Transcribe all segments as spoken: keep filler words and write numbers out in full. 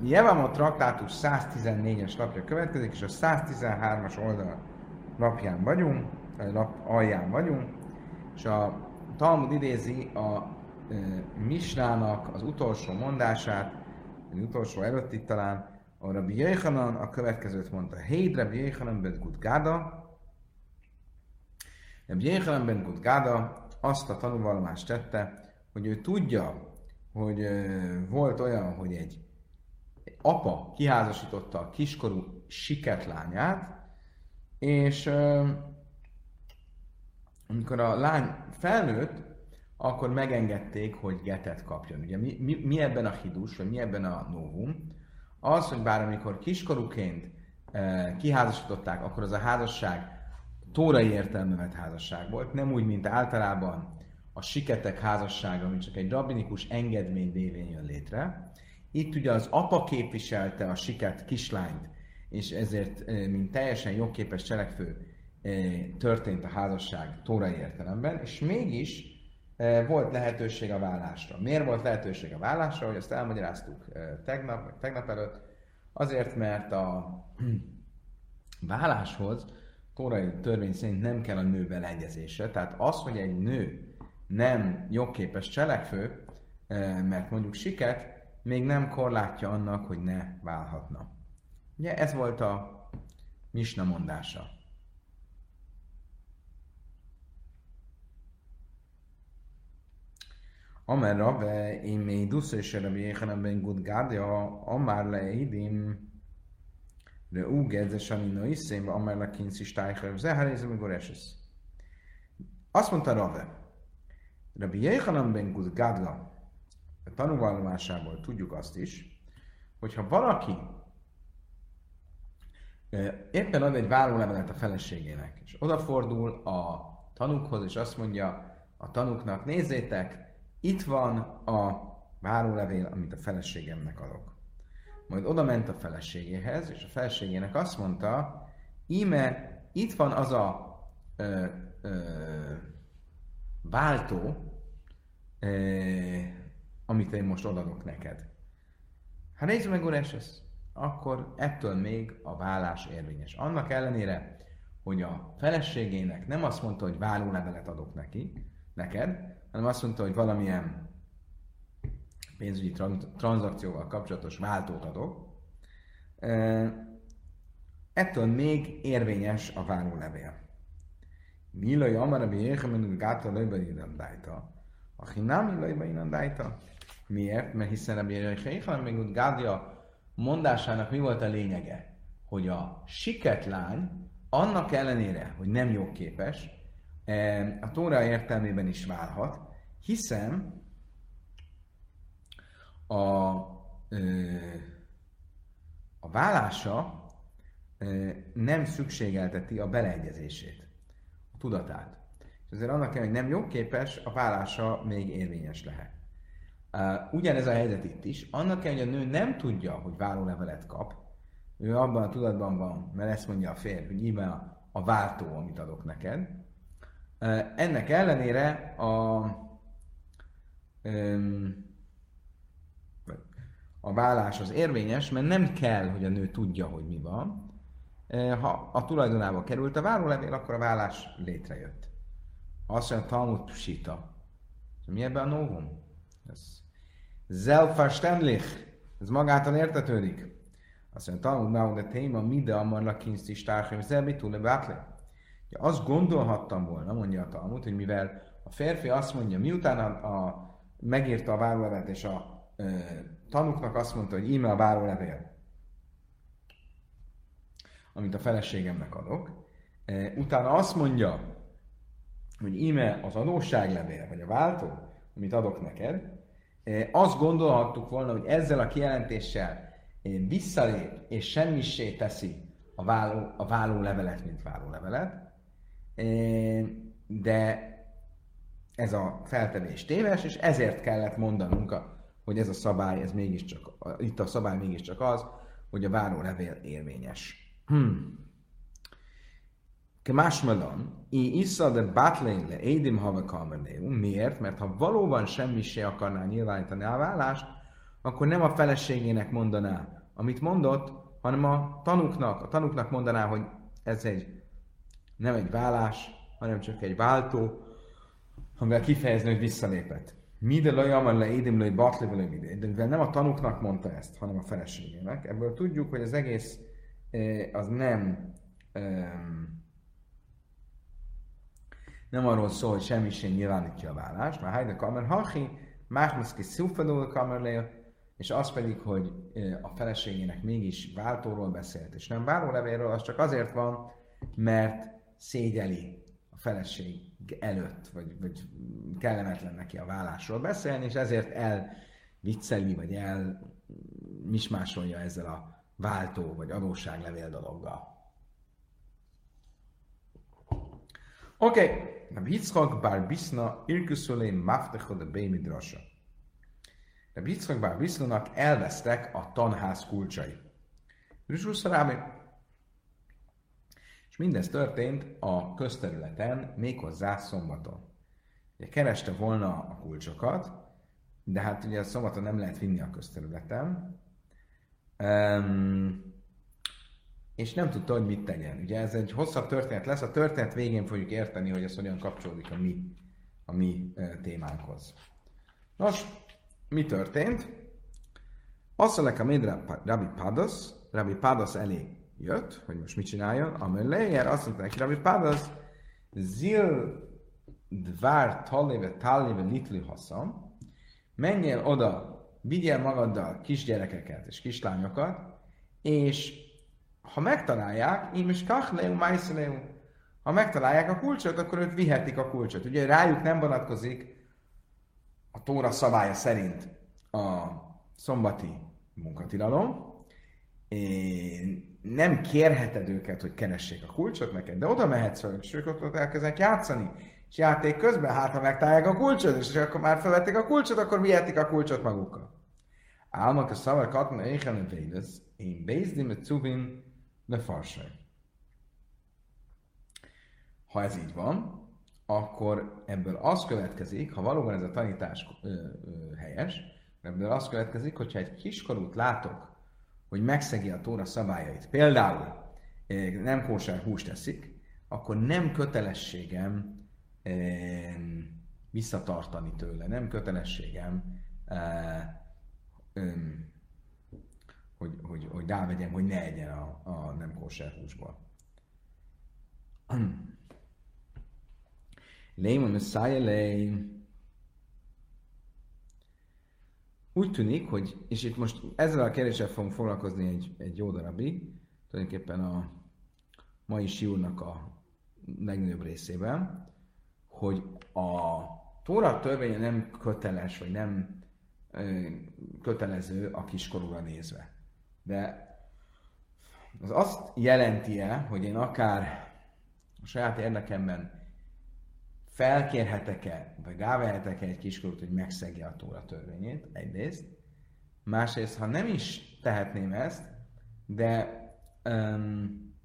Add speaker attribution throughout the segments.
Speaker 1: Jevamot traktátus száztizennégyes lapja következik, és a száztizenhármas oldal lapján vagyunk, vagy lap alján vagyunk, és a Talmud idézi a e, Misnának az utolsó mondását, az utolsó előtti talán, a Rabbi Yochanan a következőt mondta: Héd Rabbi Yochanan ben Gud Gáda. Rabbi Yochanan ben Gud Gáda azt a tanúvallomást tette, hogy ő tudja, hogy e, volt olyan, hogy egy apa kiházasította a kiskorú siket lányát, és e, amikor a lány felnőtt, akkor megengedték, hogy getet kapjon. Ugye mi, mi, mi ebben a hidus, vagy mi ebben a novum? Az, hogy bár amikor kiskorúként e, kiházasították, akkor az a házasság tórai értelemben vett házasság volt, nem úgy, mint általában a siketek házassága, ami csak egy rabbinikus engedmény révén jön létre. Itt ugye az apa képviselte a siket kislányt, és ezért, mint teljesen jogképes cselekvő, történt a házasság tórai értelemben, és mégis volt lehetőség a vállásra. Miért volt lehetőség a vállásra? Hogy azt elmagyaráztuk tegnap, vagy tegnap előtt. Azért, mert a válláshoz tórai törvény szerint nem kell a nő beleegyezése. Tehát az, hogy egy nő nem jogképes cselekvő, mert mondjuk siket, még nem korlátja annak, hogy ne válhatna. Ugye ez volt a Misna mondása. Amer Rave, én még dusza is Rabbi Yochanan ben Gud Gáda, amár leidim, de úgedze sanina iszénbe, amár le kinci stájcher, zehárézem, mikor esesz. Azt mondta Rave, Rabbi Yochanan ben Gud Gáda, a tanúvallomásából tudjuk azt is, hogyha valaki éppen ad egy vállólevelet a feleségének, és odafordul a tanúkhoz, és azt mondja a tanúknak: nézzétek, itt van a vállólevél, amit a feleségemnek adok. Majd oda ment a feleségéhez, és a feleségének azt mondta: íme, itt van az a ö, ö, váltó, ö, amit én most odadok neked. Ha nézd meg, Uresesz, akkor ettől még a vállás érvényes. Annak ellenére, hogy a feleségének nem azt mondta, hogy vállólevelet adok neki, neked, hanem azt mondta, hogy valamilyen pénzügyi tranz- tranzakcióval kapcsolatos váltót adok, ettől még érvényes a vállólevél. Milai amarabi Yochanan gáta lőbe inandájta. A hinami lőbe inandájta. Miért? Mert hiszen Rabbi Yochanan még úgy Gádia mondásának mi volt a lényege? Hogy a siket lány annak ellenére, hogy nem jogképes, a Tóra értelmében is válhat, hiszen a, a vállása nem szükségelteti a beleegyezését, a tudatát. És azért annak ellenére, hogy nem jogképes, a vállása még érvényes lehet. Ugyanez a helyzet itt is. Annak ellenére, hogy a nő nem tudja, hogy vállólevelet kap, ő abban a tudatban van, mert ezt mondja a férj, hogy íme a, a váltó, amit adok neked. Ennek ellenére a, a vállás az érvényes, mert nem kell, hogy a nő tudja, hogy mi van. Ha a tulajdonába került a vállólevél, akkor a vállás létrejött. Azt mondja, Talmud psita. Mi ebben a novum? Ez Zelverständlich. Ez magától értetődik. Azt mondja, Talmud már de téma, mide amarla kinszti stárhém, zelbitúle bátle. Azt gondolhattam volna, mondja a Talmud, hogy mivel a férfi azt mondja, miután a, a, megírta a vállólevelet, és a e, tanúknak azt mondta, hogy íme a vállólevél, amit a feleségemnek adok, e, utána azt mondja, hogy íme az adósságlevél, vagy a váltó, amit adok neked, e, azt gondolhattuk volna, hogy ezzel a kijelentéssel e, visszalép, és semmissé teszi a, válló, a vállólevelet, mint vállólevelet, de ez a feltevés téves, és ezért kellett mondanunk, hogy ez a szabály, ez mégiscsak, itt a szabály mégiscsak az, hogy a vállólevél érvényes. Hmm. Kemásmelon, i issa de batlein le édim hava kalmernéum. Miért? Mert ha valóban semmi se akarná nyilvánítani a vállást, akkor nem a feleségének mondaná, amit mondott, hanem a tanúknak, a tanúknak mondaná, hogy ez egy nem egy vállás, hanem csak egy váltó, amivel kifejezni, hogy visszalépett. Mide lajaman le édim le batli vele mide. De mivel nem a tanúknak mondta ezt, hanem a feleségének, ebből tudjuk, hogy az egész az nem nem arról szól, hogy semmi sem nyilvánítja a vállást, már hajde kamer hachi, máhmaszki szufadul kamerlél, és az pedig, hogy a feleségének mégis váltóról beszélt, és nem válólevélről, az csak azért van, mert szégyeli a feleség előtt, vagy, vagy kellemetlen neki a vállásról beszélni, és ezért elvicceli, vagy el mismásolja ezzel a váltó, vagy adósságlevél dologgal. Oké, okay. Rabbi Yitzchak bar Bisna irkuszolé maftecho de bé midrasa. Rabbi Yitzchak bar Bisnának elvesztek a tanház kulcsai. Rüzsusszarámi. És mindez történt a közterületen, méghozzá szombaton. Ugye kereste volna a kulcsokat, de hát ugye a szombaton nem lehet vinni a közterületen, um, és nem tudta, hogy mit tegyen. Ugye ez egy hosszabb történet lesz, a történet végén fogjuk érteni, hogy ez hogyan kapcsolódik a mi, a mi uh, témánkhoz. Nos, mi történt? Asszalek a Médra Rabbi Pados, Rabbi Pados elé jött, hogy most mit csináljon, amelyre azt mondta neki, Rabbi Pados, zil dvár taléve taléve litli haszam, menjél oda, vigyél magaddal kisgyerekeket és kislányokat, és ha megtalálják, én is kachleu, májszleu, ha megtalálják a kulcsot, akkor ők vihetik a kulcsot. Ugye rájuk nem vonatkozik a Tóra szabálya szerint a szombati munkatilalom, nem kérheted őket, hogy keressék a kulcsot neked, de oda mehetsz velük, és ők ott elkezdenek játszani, és játék közben, hát ha megtalálják a kulcsot, és akkor már felvették a kulcsot, akkor vihetik a kulcsot magukkal. Álmak a szavar katna éhen a védesz, én bézdim a cuvin de farsaj. Ha ez így van, akkor ebből az következik, ha valóban ez a tanítás ö, ö, helyes, ebből az következik, hogyha egy kiskorút látok, hogy megszegi a Tóra szabályait, például nem kóser húst eszik, akkor nem kötelességem eh, visszatartani tőle, nem kötelességem, eh, eh, hogy, hogy, hogy rávegyem, hogy ne egyen a, a nem kóser húsból. Lémon szájelej. Úgy tűnik, hogy, és itt most ezzel a kérdéssel fogunk foglalkozni egy, egy jó darabig, tulajdonképpen a mai siúrnak a legnagyobb részében, hogy a Tóra törvénye nem köteles, vagy nem ö, kötelező a kiskorúra nézve. De az azt jelenti-e, hogy én akár a saját érdekemben felkérhetek-e, vagy rávehetek-e egy kiskorút, hogy megszegje a Tóra törvényét, egyrészt. Másrészt, ha nem is tehetném ezt, de um,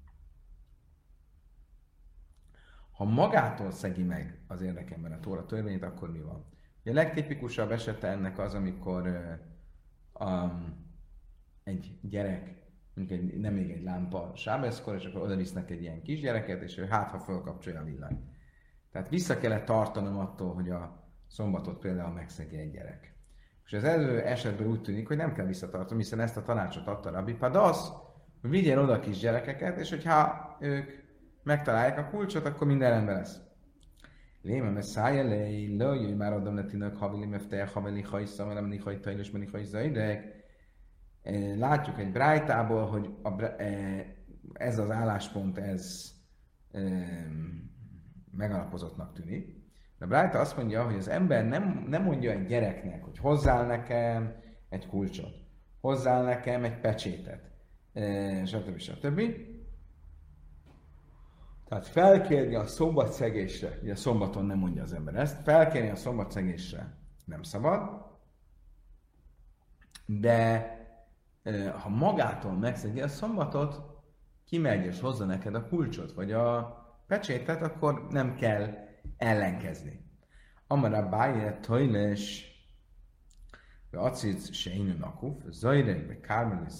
Speaker 1: ha magától szegi meg az érdekemben a Tóra törvényét, akkor mi van? A legtipikusabb esete ennek az, amikor uh, um, egy gyerek, mondjuk egy, nem még egy lámpa sábeszkor, és akkor oda visznek egy ilyen kisgyereket, és ő hát, ha fölkapcsolja a villanyt. Tehát vissza kellett tartanom attól, hogy a szombatot például megszegi egy gyerek. És az előző esetben úgy tűnik, hogy nem kell visszatartanom, hiszen ezt a tanácsot adta Rabbi Pados, hogy vigyél oda a kis gyerekeket, és hogyha ők megtalálják a kulcsot, akkor minden rendben lesz. Lémem, ez szájelej, lőjöjj már adom netinek, havili mefteje, haveli hajszam, elemni hajta, és meni hajszam ideg. Látjuk egy brájtából, hogy a, ez az álláspont, ez megalapozottnak tűnik. De Brájta azt mondja, hogy az ember nem, nem mondja egy gyereknek, hogy hozzál nekem egy kulcsot, hozzál nekem egy pecsétet, e, stb. stb. Tehát felkérni a szombatszegésre, ugye a szombaton nem mondja az ember ezt, felkérni a szombatszegésre nem szabad, de e, ha magától megszegi a szombatot, kimegy és hozza neked a kulcsot, vagy a pecsétet, akkor nem kell ellenkezni. Amara báje tojles, Acic se inun akuf, zajreg, vagy kármelis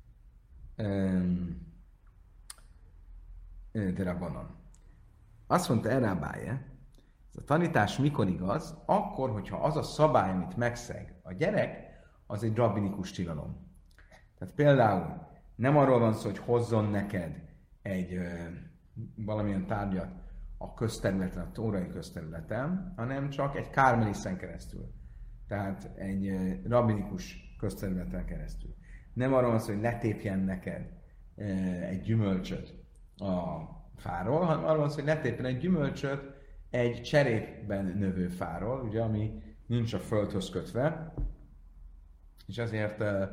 Speaker 1: de rabbanon. Azt mondta erre a báje, ez a tanítás mikor igaz? Akkor, hogyha az a szabály, amit megszeg a gyerek, az egy rabbinikus tilalom. Tehát például nem arról van szó, hogy hozzon neked egy ö, valamilyen tárgyat a közterületen, a tórai közterületen, hanem csak egy kármeliszen keresztül. Tehát egy ö, rabbinikus közterületen keresztül. Nem arról van szó, hogy letépjen neked ö, egy gyümölcsöt a fáról, hanem arról van szó, hogy letépjen egy gyümölcsöt egy cserépben növő fáról, ugye, ami nincs a földhöz kötve, és ezért uh,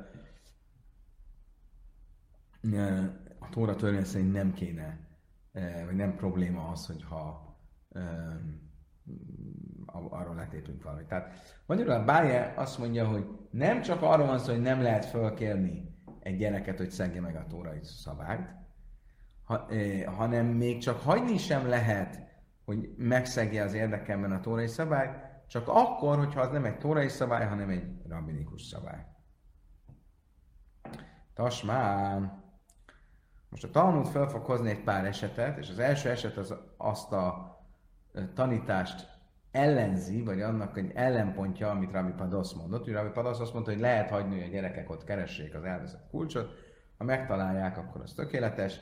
Speaker 1: uh, a Tóra törvény szerint nem kéne, uh, vagy nem probléma az, hogyha uh, arról letépünk valamit. Tehát magyarul a Báje azt mondja, hogy nem csak arról van szó, hogy nem lehet fölkérni egy gyereket, hogy szegje meg a tórai szabályt, ha, uh, hanem még csak hagyni sem lehet, hogy megszegje az érdekemben a tórai szabályt, csak akkor, hogyha az nem egy tórai szabály, hanem egy rabbinikus szabály. Tasmá! Most a Talmud fel fog hozni egy pár esetet, és az első eset az azt a tanítást ellenzi, vagy annak egy ellenpontja, amit Rabbi Padosz mondott. Ugye Rabbi Padosz azt mondta, hogy lehet hagyni, hogy a gyerekek ott keressék az elveszett kulcsot, ha megtalálják, akkor az tökéletes.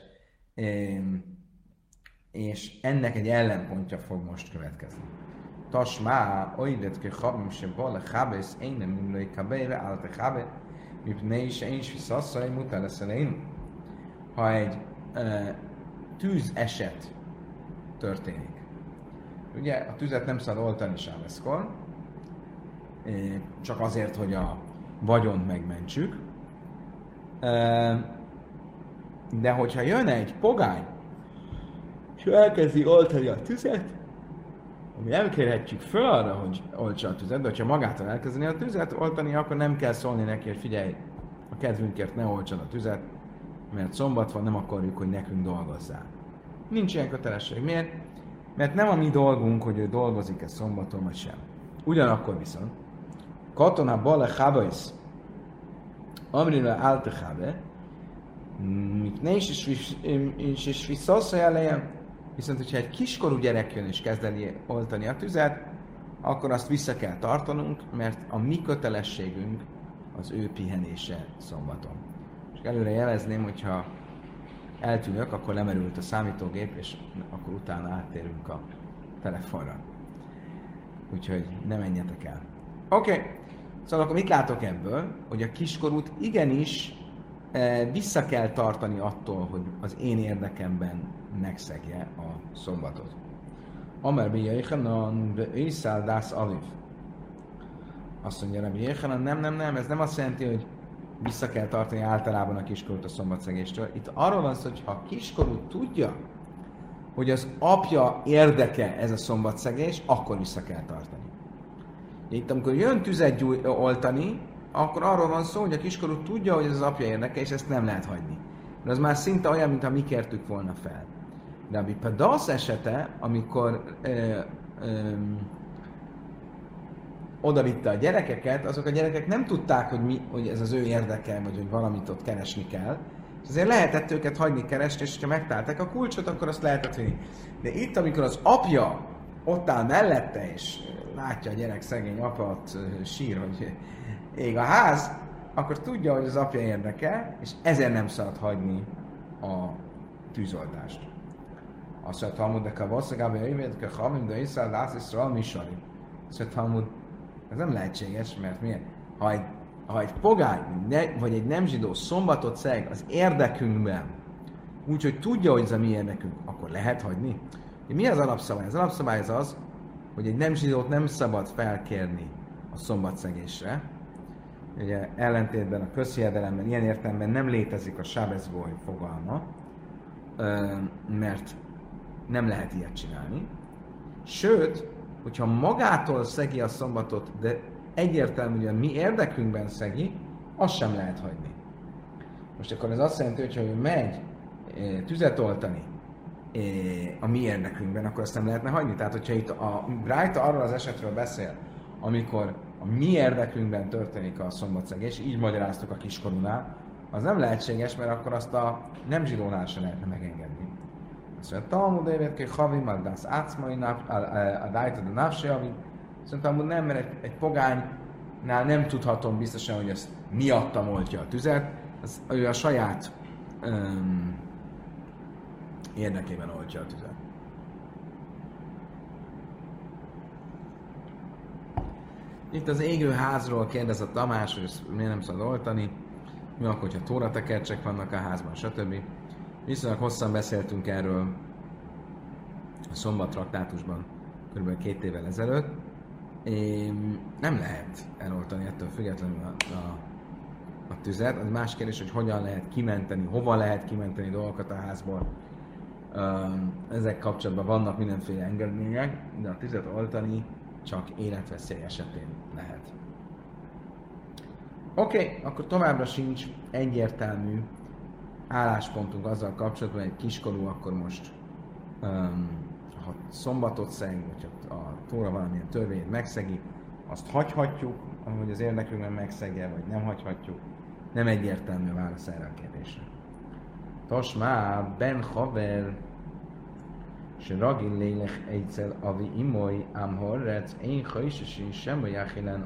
Speaker 1: És ennek egy ellenpontja fog most következni. Tasmá, oidet ke chabim se bale chabes, én nem ülői kabére, állte chabe, mipnei se én is visszasszai, mutal lesz elején. Ha egy uh, tűz eset történik, ugye a tüzet nem szabad oltani sábeszkor, csak azért, hogy a vagyont megmentsük, uh, de hogyha jön egy pogány, és elkezdi oltani a tüzet, ami nem kérhetjük föl arra, hogy oltsa a tüzet, de ha magától elkezdeni a tüzet oltani, akkor nem kell szólni neki, hogy figyelj, a kedvünkért ne oltsad a tüzet, mert szombat van, nem akarjuk, hogy nekünk dolgozzál. Nincs ilyen kötelesség. Miért? Mert nem a mi dolgunk, hogy ő dolgozik-e szombaton, vagy sem. Ugyanakkor viszont, katona bale chabais, amrila álte chabe, ne is is visszasszaj elején, viszont hogyha egy kiskorú gyerek jön és kezd el oltani a tüzet, akkor azt vissza kell tartanunk, mert a mi kötelességünk az ő pihenése szombaton. És előre jelezném, hogyha eltűnök, akkor lemerült a számítógép, és akkor utána áttérünk a telefonra. Úgyhogy ne menjetek el. Oké, okay. Szóval akkor mit látok ebből? Hogy a kiskorút igenis e, vissza kell tartani attól, hogy az én érdekemben megszegje a szombatot. Amar bi Jéhanan be Iszál dász aviv. Azt mondja Rabbi Jéhanan, nem, nem, nem, ez nem azt jelenti, hogy vissza kell tartani általában a kiskorút a szombatszegéstől. Itt arról van szó, hogy ha a kiskorú tudja, hogy az apja érdeke ez a szombatszegés, akkor vissza kell tartani. Itt amikor jön tüzet gyúj, oltani, akkor arról van szó, hogy a kiskorú tudja, hogy ez az apja érdeke, és ezt nem lehet hagyni. De az már szinte olyan, mintha mi kértük volna fel. De a Padasz esete, amikor ö, ö, oda vitte a gyerekeket, azok a gyerekek nem tudták, hogy, mi, hogy ez az ő érdeke, vagy hogy valamit ott keresni kell. És azért lehetett őket hagyni keresni, és ha megtalálták a kulcsot, akkor azt lehetett vinni. De itt, amikor az apja ott áll mellette, és látja a gyerek szegény apa, ott sír, hogy ég a ház, akkor tudja, hogy az apja érdeke, és ezért nem szabad hagyni a tűzoltást. Azt mondja, Talmud, de kavasszagába jöjjön, hogy havim, de iszál, lász, iszral, misari. Azt mondja, Talmud, ez nem lehetséges, mert miért? Ha egy, ha egy pogány, vagy egy nem zsidó szombatot szeg az érdekünkben, úgyhogy tudja, hogy ez a mi érdekünk, akkor lehet hagyni? Mi az alapszabály? Az alapszabály az az, hogy egy nem zsidót nem szabad felkérni a szombatszegésre. Ugye ellentétben a közhiedelemben, ilyen értelemben nem létezik a sábeszgoly fogalma, mert nem lehet ilyet csinálni. Sőt, hogyha magától szegi a szombatot, de egyértelmű, hogy a mi érdekünkben szegi, azt sem lehet hagyni. Most akkor ez azt jelenti, hogy ha ő megy tüzet oltani a mi érdekünkben, akkor azt nem lehetne hagyni. Tehát, hogyha itt a Brájta arról az esetről beszél, amikor a mi érdekünkben történik a szombatszegés, így magyaráztuk a kiskorunál, az nem lehetséges, mert akkor azt a nem zsidónál sem lehetne megengedni. Azt mondja, Talmud évet, hogy havi magdász átszmai nap, a dájtad a napsejavi. Szerintem amúgy nem, mert egy, egy pogánynál nem tudhatom biztosan, hogy ez miattam oltja a tüzet, az, ő a saját um, érdekében oltja a tüzet. Itt az égő házról kérdez a Tamás, hogy ezt miért nem szabad oltani, mi akkor, hogyha tóratekercsek vannak a házban, stb. Viszonylag hosszan beszéltünk erről a szombat traktátusban kb. két évvel ezelőtt. Én nem lehet eloltani ettől függetlenül a, a, a tüzet. Az más kérdés, hogy hogyan lehet kimenteni, hova lehet kimenteni dolgokat a házból. Ezek kapcsolatban vannak mindenféle engedmények, de a tüzet oltani csak életveszély esetén lehet. Oké, okay, akkor továbbra sincs egyértelmű álláspontunk azzal kapcsolatban, hogy egy kiskorú akkor most um, ha szombatot szeg, vagy ha a Tóra valamilyen törvényt megszegi, azt hagyhatjuk, ahogy az érdekünkben megszegje, vagy nem hagyhatjuk. Nem egyértelmű a válasz erre a kérdésre. Tosmá, ben haver, se ragil lélek egyszer avi imoly, ám horrec, én hajsesi, sem vagy jáhilen.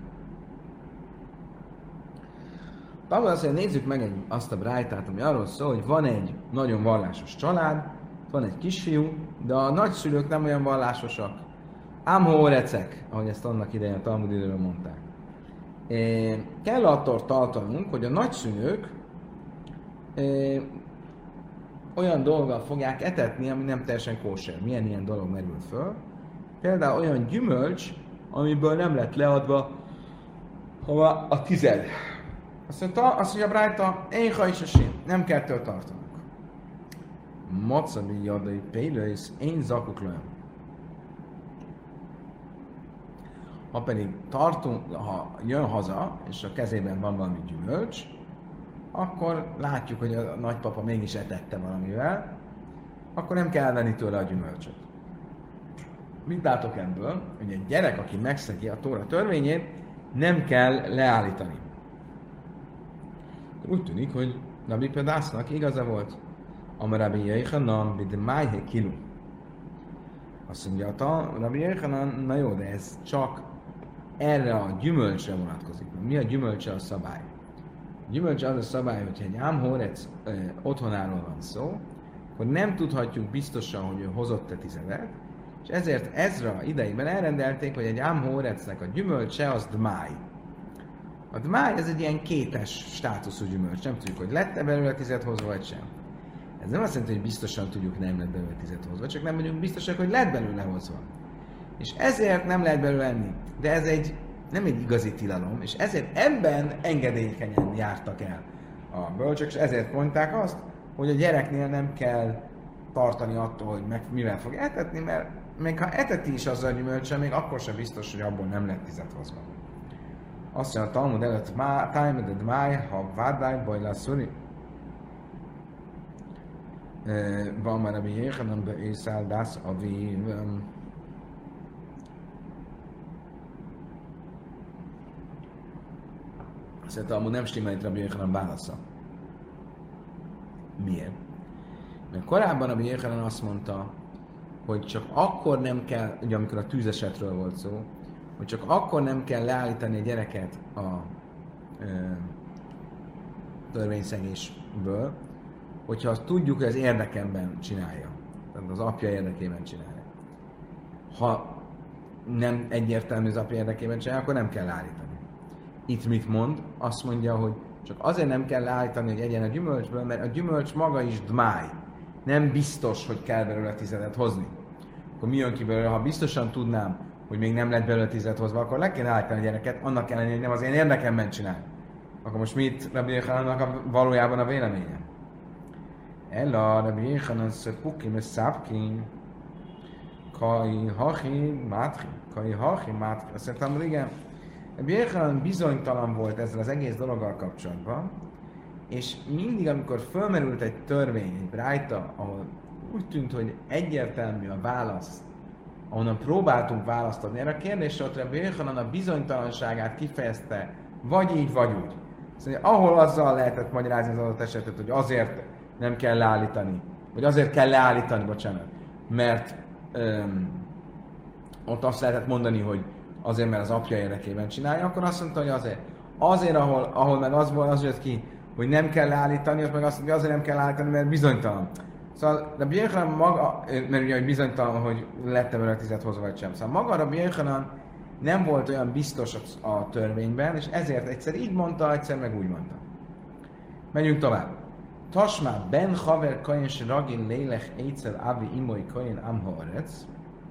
Speaker 1: Talán azt mondja, nézzük meg egy, azt a brájtát, ami arról szól, hogy van egy nagyon vallásos család, van egy kisfiú, de a nagyszülők nem olyan vallásosak. Ám hórecek, ahogy ezt annak idején a Talmud időben mondták. É, kell attól tartanunk, hogy a nagyszülők é, olyan dolggal fogják etetni, ami nem teljesen kóser. Milyen ilyen dolog merül föl? Például olyan gyümölcs, amiből nem lett leadva hova a tized. Azt mondja, azt mondja Brájta, én ha is a sim, nem kell től tartanunk. Macabi jadai pélősz, én zakuklőm. Ha pedig tartunk, ha jön haza, és a kezében van valami gyümölcs, akkor látjuk, hogy a nagypapa mégis etette valamivel, akkor nem kell venni tőle a gyümölcsöt. Mit látok ebből? Hogy egy gyerek, aki megszegi a Tóra törvényét, nem kell leállítani. Úgy tűnik, hogy Rabbi Pedásznak igaza volt. Amarabi Jaichanan bide májhe kilu. Azt mondja, a Rabbi Jaichanan, na jó, de ez csak erre a gyümölcsre vonatkozik. Mi a gyümölcse a szabály? A gyümölcse az a szabály, hogyha egy ámhórec otthonáról van szó, akkor nem tudhatjuk biztosan, hogy ő hozott-e tizedet, és ezért Ezra idejében elrendelték, hogy egy ámhórecnek a gyümölcse az dmáj. A dmáj ez egy ilyen kétes státuszú gyümölcs, nem tudjuk, hogy lett-e belőle tized hozva, vagy sem. Ez nem azt jelenti, hogy biztosan tudjuk, nem lett belőle tized hozva, csak nem vagyunk biztosak, hogy lett belőle hozva. És ezért nem lehet belőle enni. De ez egy, nem egy igazi tilalom, és ezért ebben engedékenyen jártak el a bölcsök, és ezért mondták azt, hogy a gyereknél nem kell tartani attól, hogy meg, mivel fog etetni, mert még ha eteti is azzal a gyümölcsel, még akkor sem biztos, hogy abból nem lett tized hozva. Azt mondja, a Talmud előtt, time de máj, ha vádály, bajlá szuri. Van már a mi jéhanan be észál, dász a vív. Azt mondja, Talmud nem stimmel itt Rabbi Jéhanan válasza. Miért? Mert korábban Rabbi Jéhanan azt mondta, hogy csak akkor nem kell, ugye amikor a tűzesetről volt szó, hogy csak akkor nem kell leállítani a gyereket a ö, törvényszegésből, hogyha azt tudjuk, hogy az érdekemben csinálja. Tehát az apja érdekében csinálja. Ha nem egyértelmű az apja érdekében csinálja, akkor nem kell leállítani. Itt mit mond? Azt mondja, hogy csak azért nem kell leállítani, hogy egyen a gyümölcsből, mert a gyümölcs maga is dmáj. Nem biztos, hogy kell belőle tizedet hozni. Akkor mi jön ki belőle? Ha biztosan tudnám, hogy még nem lett belőle tized hozva, akkor le kéne állítani a gyereket, annak ellenére, hogy nem az én érdekemben csinál. Akkor most mit Rabbi Jéhanannak a valójában a véleménye? Ella Rabbi Jéhanan szöpukim és szápkim kai hachi mátri, kai hachi mátri. Azt mondtam, hogy igen, Rabbi Jéhanan bizonytalan volt ezzel az egész dologgal kapcsolatban, és mindig, amikor fölmerült egy törvény, egy brájta, ahol úgy tűnt, hogy egyértelmű a válasz ahonnan próbáltunk választ adni. Erre a kérdésre ott Rabbi Yochanan a bizonytalanságát kifejezte, vagy így, vagy úgy. Szóval, ahol azzal lehetett magyarázni az adott esetet, hogy azért nem kell leállítani, vagy azért kell leállítani, bocsánat, mert öm, ott azt lehetett mondani, hogy azért, mert az apja érdekében csinálja, akkor azt mondta, hogy azért. Azért, ahol, ahol meg az volt, az jött ki, hogy nem kell leállítani, ott meg azt mondja, hogy azért nem kell leállítani, mert bizonytalan. Szóval Rabbi Yochanan maga, mert ugye hogy bizonytalan, hogy lett-e vele tizet hozva vagy sem. Szóval maga Rabbi Yochanan nem volt olyan biztos a, a törvényben, és ezért egyszer így mondta, egyszer meg úgy mondta. Megyünk tovább. Tasmá ben haver kajen se ragin lélech egyszer avi imoy kajen amhaorec.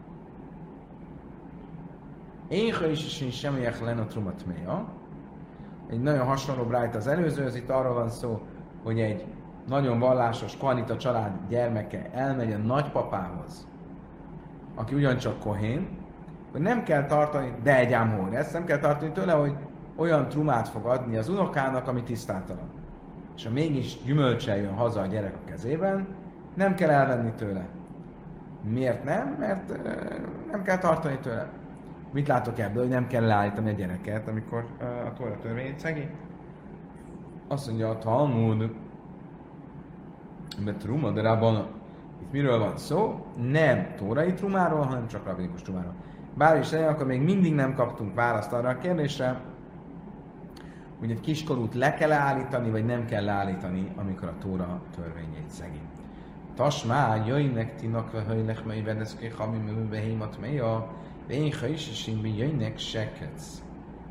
Speaker 1: Éha is is semmiek lenne a trumatméja. Egy nagyon hasonló brájt az előzőhöz, itt arról van szó, hogy egy nagyon vallásos kohanita család gyermeke elmegy a nagypapához, aki ugyancsak kohén, hogy nem kell tartani, de egy ámhór, ezt nem kell tartani tőle, hogy olyan trumát fog adni az unokának, ami tisztátalan. És ha mégis gyümölcsel jön haza a gyerek a kezében, nem kell elvenni tőle. Miért nem? Mert euh, nem kell tartani tőle. Mit látok ebből, hogy nem kell leállítani a gyereket, amikor uh, a Tóra törvényét szegi? Azt mondja a Talmud, mert truma, de rabban itt miről van szó? Nem tórai trumáról, hanem csak rabbinikus trumáról. Bár is legyen, akkor még mindig nem kaptunk választ arra a kérdésre, hogy egy kiskorút le kell állítani, vagy nem kell leállítani, amikor a Tóra törvényét szegi. Tasmá, jöjjnek tinak, höjlek, mely vedeszké, hami, műve, hémat, meja, Vénha is, és én jöjjnek sekec.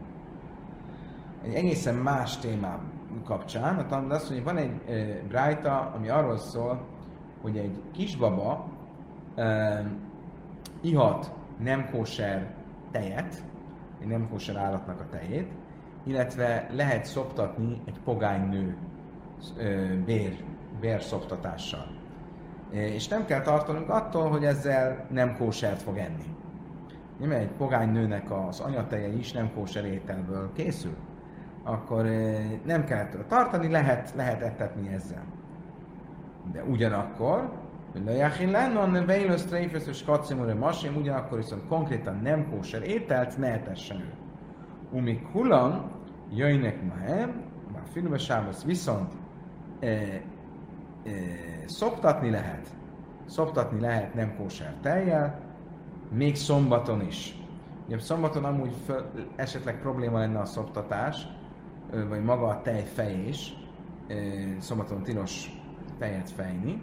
Speaker 1: Egy egészen más témám kapcsán, a tanul azt mondja, hogy van egy e, brájta, ami arról szól, hogy egy kisbaba e, ihat nem kóser tejet, egy nem kóser állatnak a tejét, illetve lehet szoptatni egy pogány nő e, bér, bérszoptatással. E, és nem kell tartanunk attól, hogy ezzel nem kósert fog enni. Nem, egy pogány nőnek az anyateje is nem kóser ételből készül, akkor nem kell tartani, lehet, lehet ettetni ezzel. De ugyanakkor, hogy lejachin lennon, vejlősz tréfesz és kacimure masim, ugyanakkor viszont konkrétan nem kóser ételt ne etessen ő. Umik hulan, jöjjnek mahem, már filmesávasz viszont e, e, szoptatni lehet, szoptatni lehet nem kóser tejjel, még szombaton is. Ugye szombaton amúgy föl, esetleg probléma lenne a szoptatás, vagy maga a tejfejés, szombaton tilos tejet fejni,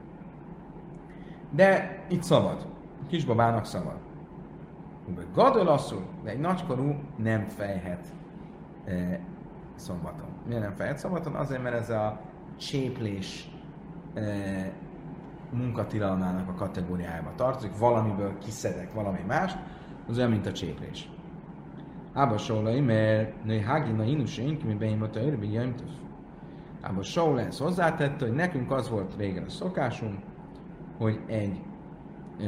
Speaker 1: de itt szabad. Kisbabának szabad. Gadol asszul, de egy nagykorú nem fejhet e, szombaton. Miért nem fejhet szombaton? Azért, mert ez a cséplés e, munkatilalmának a kategóriájába tartozik, valamiből kiszedek valami mást, az olyan, mint a cséplés. Ába Sólai, mert női hágina inusénk, mi beimott a örbi jöjtöv. Ába Sólai ezt hozzátette, hogy nekünk az volt régen a szokásunk, hogy egy e,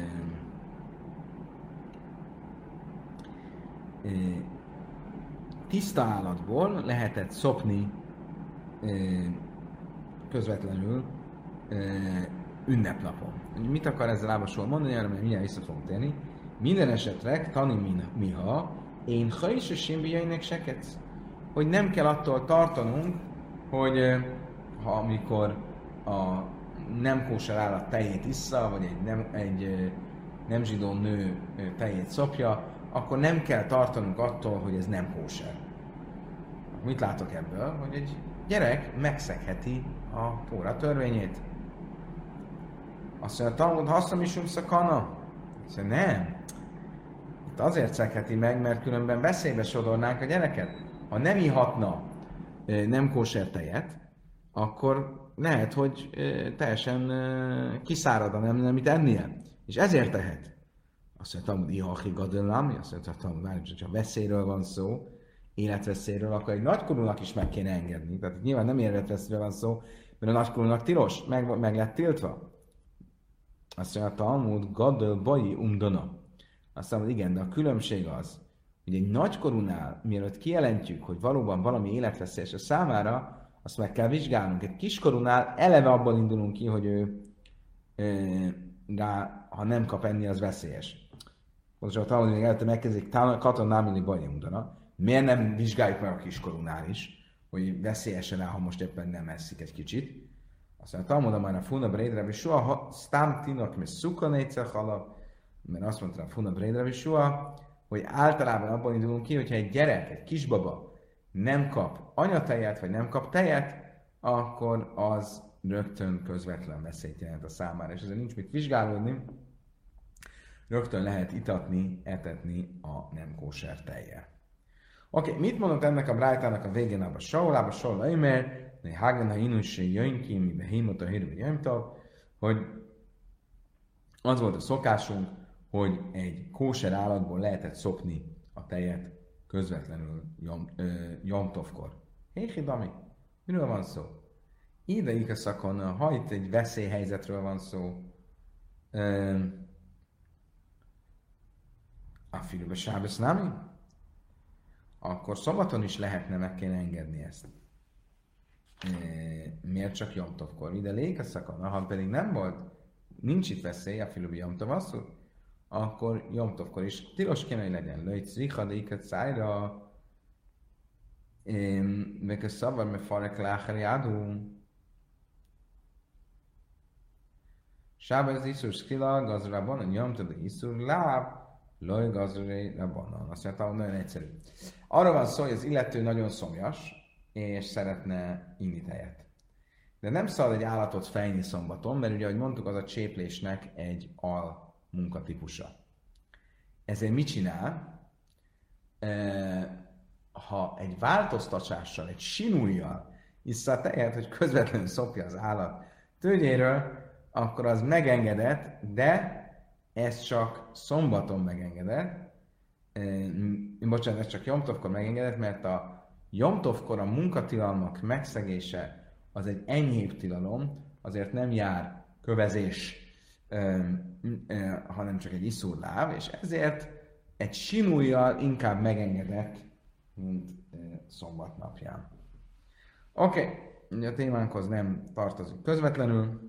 Speaker 1: e, tiszta állatból lehetett szopni e, közvetlenül e, ünnepnapon. Mit akar ezzel Ábasol mondani, arra mert mindjárt vissza fogunk térni. Minden esetre, Tani Miha, én ha is a simbiainek seketsz, hogy nem kell attól tartanunk, hogy ha amikor a nem kóser állat tejét issza, vagy egy nem, egy nem zsidó nő tejét szopja, akkor nem kell tartanunk attól, hogy ez nem kóser. Mit látok ebből? Hogy egy gyerek megszegheti a Tóra törvényét. Azt mondja, Talmud hasznom is szakana? Azt mondja, nem. Itt azért szegheti meg, mert különben veszélybe sodornánk a gyereket. Ha nem ihatna nem kóser tejet, akkor lehet, hogy teljesen kiszárad, nem lenne mit ennie. És ezért tehet. Azt mondja, Talmud ihachi gadolám, azt mondja, Talmud, ha veszélyről van szó, életveszélyről, akkor egy nagykorúnak is meg kéne engedni. Tehát nyilván nem életveszélyről van szó, mert a nagykorúnak tilos, meg, meg lett tiltva. Azt mondja, Talmud gadol baji umdona. Azt mondja, igen, de a különbség az, hogy egy nagykorúnál, mielőtt kijelentjük, hogy valóban valami életveszélyes a számára, azt meg kell vizsgálnunk. Egy kiskorúnál eleve abból indulunk ki, hogy ő e, rá, ha nem kap enni, az veszélyes. Pontosan a Talmud még előtte megkezdik, katonámili bajjumdana. Miért nem vizsgáljuk meg a kiskorúnál is, hogy veszélyesen rá, ha most éppen nem eszik egy kicsit. Aztán a Talmud már a Funa Breidre Visua, Stam Tinok, mi Szukanétszer halap, mert azt mondta a Funa Breidre Visua, hogy általában abban indulunk ki, hogyha egy gyerek, egy kisbaba nem kap anyatejet, vagy nem kap tejet, akkor az rögtön közvetlen veszélyt jelent a számára, és ezzel nincs mit vizsgálódni, rögtön lehet itatni, etetni a nem kóser tejjel. Oké, okay, mit mondott ennek a brájtának a végén abba Saulába, Saul Aimer, hogy Hagen ha inusé jön ki, mibe hímot a hírő jöjjmtav, hogy az volt a szokásunk, hogy egy kóser állatból lehetett szopni a tejet közvetlenül Jomtovkor. Héhi Dami, miről van szó? Ide szakon, ha itt egy veszélyhelyzetről van szó, a filőbe sábesz nami, akkor szombaton is lehetne, meg kéne engedni ezt. E, miért csak Jomtovkor? Ide lékeszakon, ha pedig nem volt, nincs itt veszély, a filőbe Jomtovasszul, akkor Jomtovkor is tilos kéne, hogy legyen. Lőjt zricha, iket szájra, meg a szabad, mert farek láhari adó. Sába az iszur szkila, gazrában, Jomtov iszur láb, loj gazré rabbanon. Azt mondta, hogy nagyon egyszerű. Arra van szó, hogy az illető nagyon szomjas, és szeretne inni tejet. De nem szabad egy állatot fejni szombaton, mert ugye, ahogy mondtuk, az a cséplésnek egy al munkatípusa. Ezért mit csinál? Ha egy változtatással, egy sinújjal issza a tejet, hogy közvetlenül szopja az állat tőgyéről, akkor az megengedett, de ez csak szombaton megengedett. Bocsánat, ez csak Jomtovkor megengedett, mert a Jomtovkor a munkatilalmak megszegése az egy enyhébb tilalom, azért nem jár kövezés, hanem csak egy iszurláv, és ezért egy sinújjal inkább megengedett, mint szombat napján. Oké, okay. A témánkhoz nem tartozik közvetlenül,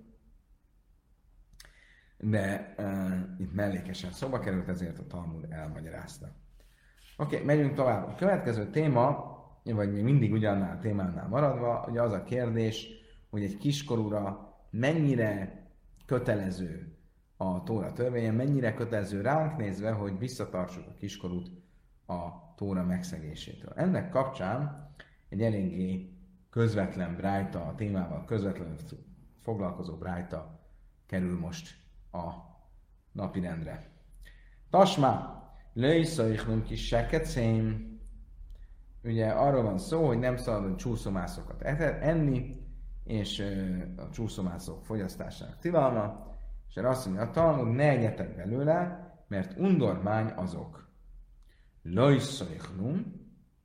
Speaker 1: de uh, itt mellékesen szóba került, ezért a Talmud elmagyarázta. Oké, okay, megyünk tovább. A következő téma, vagy még mindig ugyannál a témánál maradva, ugye az a kérdés, hogy egy kiskorúra mennyire kötelező a Tóra törvénye, mennyire kötelező ránk nézve, hogy visszatartsuk a kiskorút a Tóra megszegésétől. Ennek kapcsán egy eléggé közvetlen brájta, a témával közvetlenül foglalkozó brájta kerül most a napirendre. Tasmá, lőjszöjjön kis sekecém. Ugye arról van szó, hogy nem szabad csúszomászokat enni, és a csúszomászok fogyasztásának tilalma, és erre azt mondja a Talmud, ne egyetek belőle, mert undormány azok. Lőjszöjjön.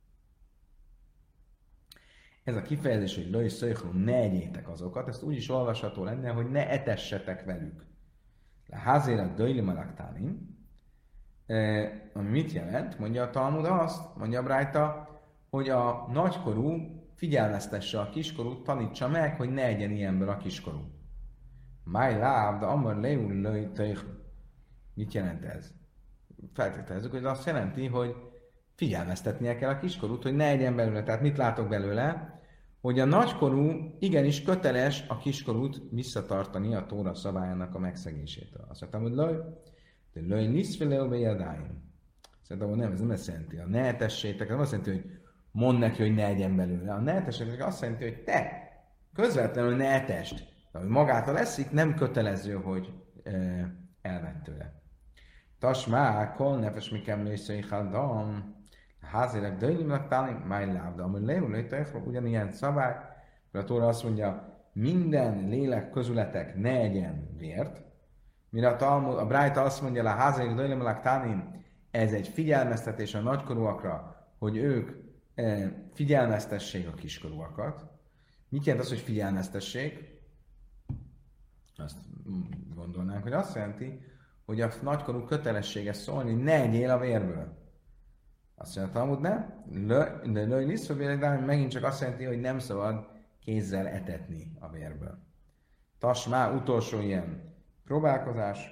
Speaker 1: Ez a kifejezés, hogy lőjszöjjön, ne egyétek azokat, ezt úgy is olvasható lenne, hogy ne etessetek velük. Le házélet döjlim alaktánim, ami mit jelent? Mondja a Talmud azt, mondja Brájta, hogy a nagykorú figyelmeztesse a kiskorút, tanítsa meg, hogy ne egyen ilyenből a kiskorú. Máj láb, de amar leul lőjtőjh. Mit jelent ez? Feltételezzük, hogy azt jelenti, hogy figyelmeztetnie kell a kiskorút, hogy ne egyen belőle. Tehát mit látok belőle? Hogy a nagykorú igenis köteles a kiskorút visszatartani a Tóra szabályának a megszegésétől. Azt mondtam, hogy lőj, de lőj niszfileu bejadáim. Szerintem, hogy nem, ez nem azt jelenti, a ne etessétek, nem azt jelenti, hogy mondd neki, hogy ne egyen belőle. A ne etessétek azt jelenti, hogy te közvetlenül ne etest. De hogy magától eszik, nem kötelező, hogy e, elvett tőle. Tasmá, kol nefes mikem lőszöj haldam. Házérek döjlimnek talán máj lábda, amely leülőjtőjük, ugyanilyen szabály, mert a Tóra azt mondja, minden lélek közületek ne egyen vért, mire a, Talmud, a Brájta azt mondja, a házérek döjlimnek talán ez egy figyelmeztetés a nagykorúakra, hogy ők e, figyelmeztessék a kiskorúakat. Mit jelent az, hogy figyelmeztessék? Azt gondolnánk, hogy azt jelenti, hogy a nagykorú kötelessége szólni, ne egyél a vérből. Azt mondja, Talmud nem, de lőj niszfabérek, de megint csak azt jelenti, hogy nem szabad kézzel etetni a vérből. Tasmá, utolsó ilyen próbálkozás.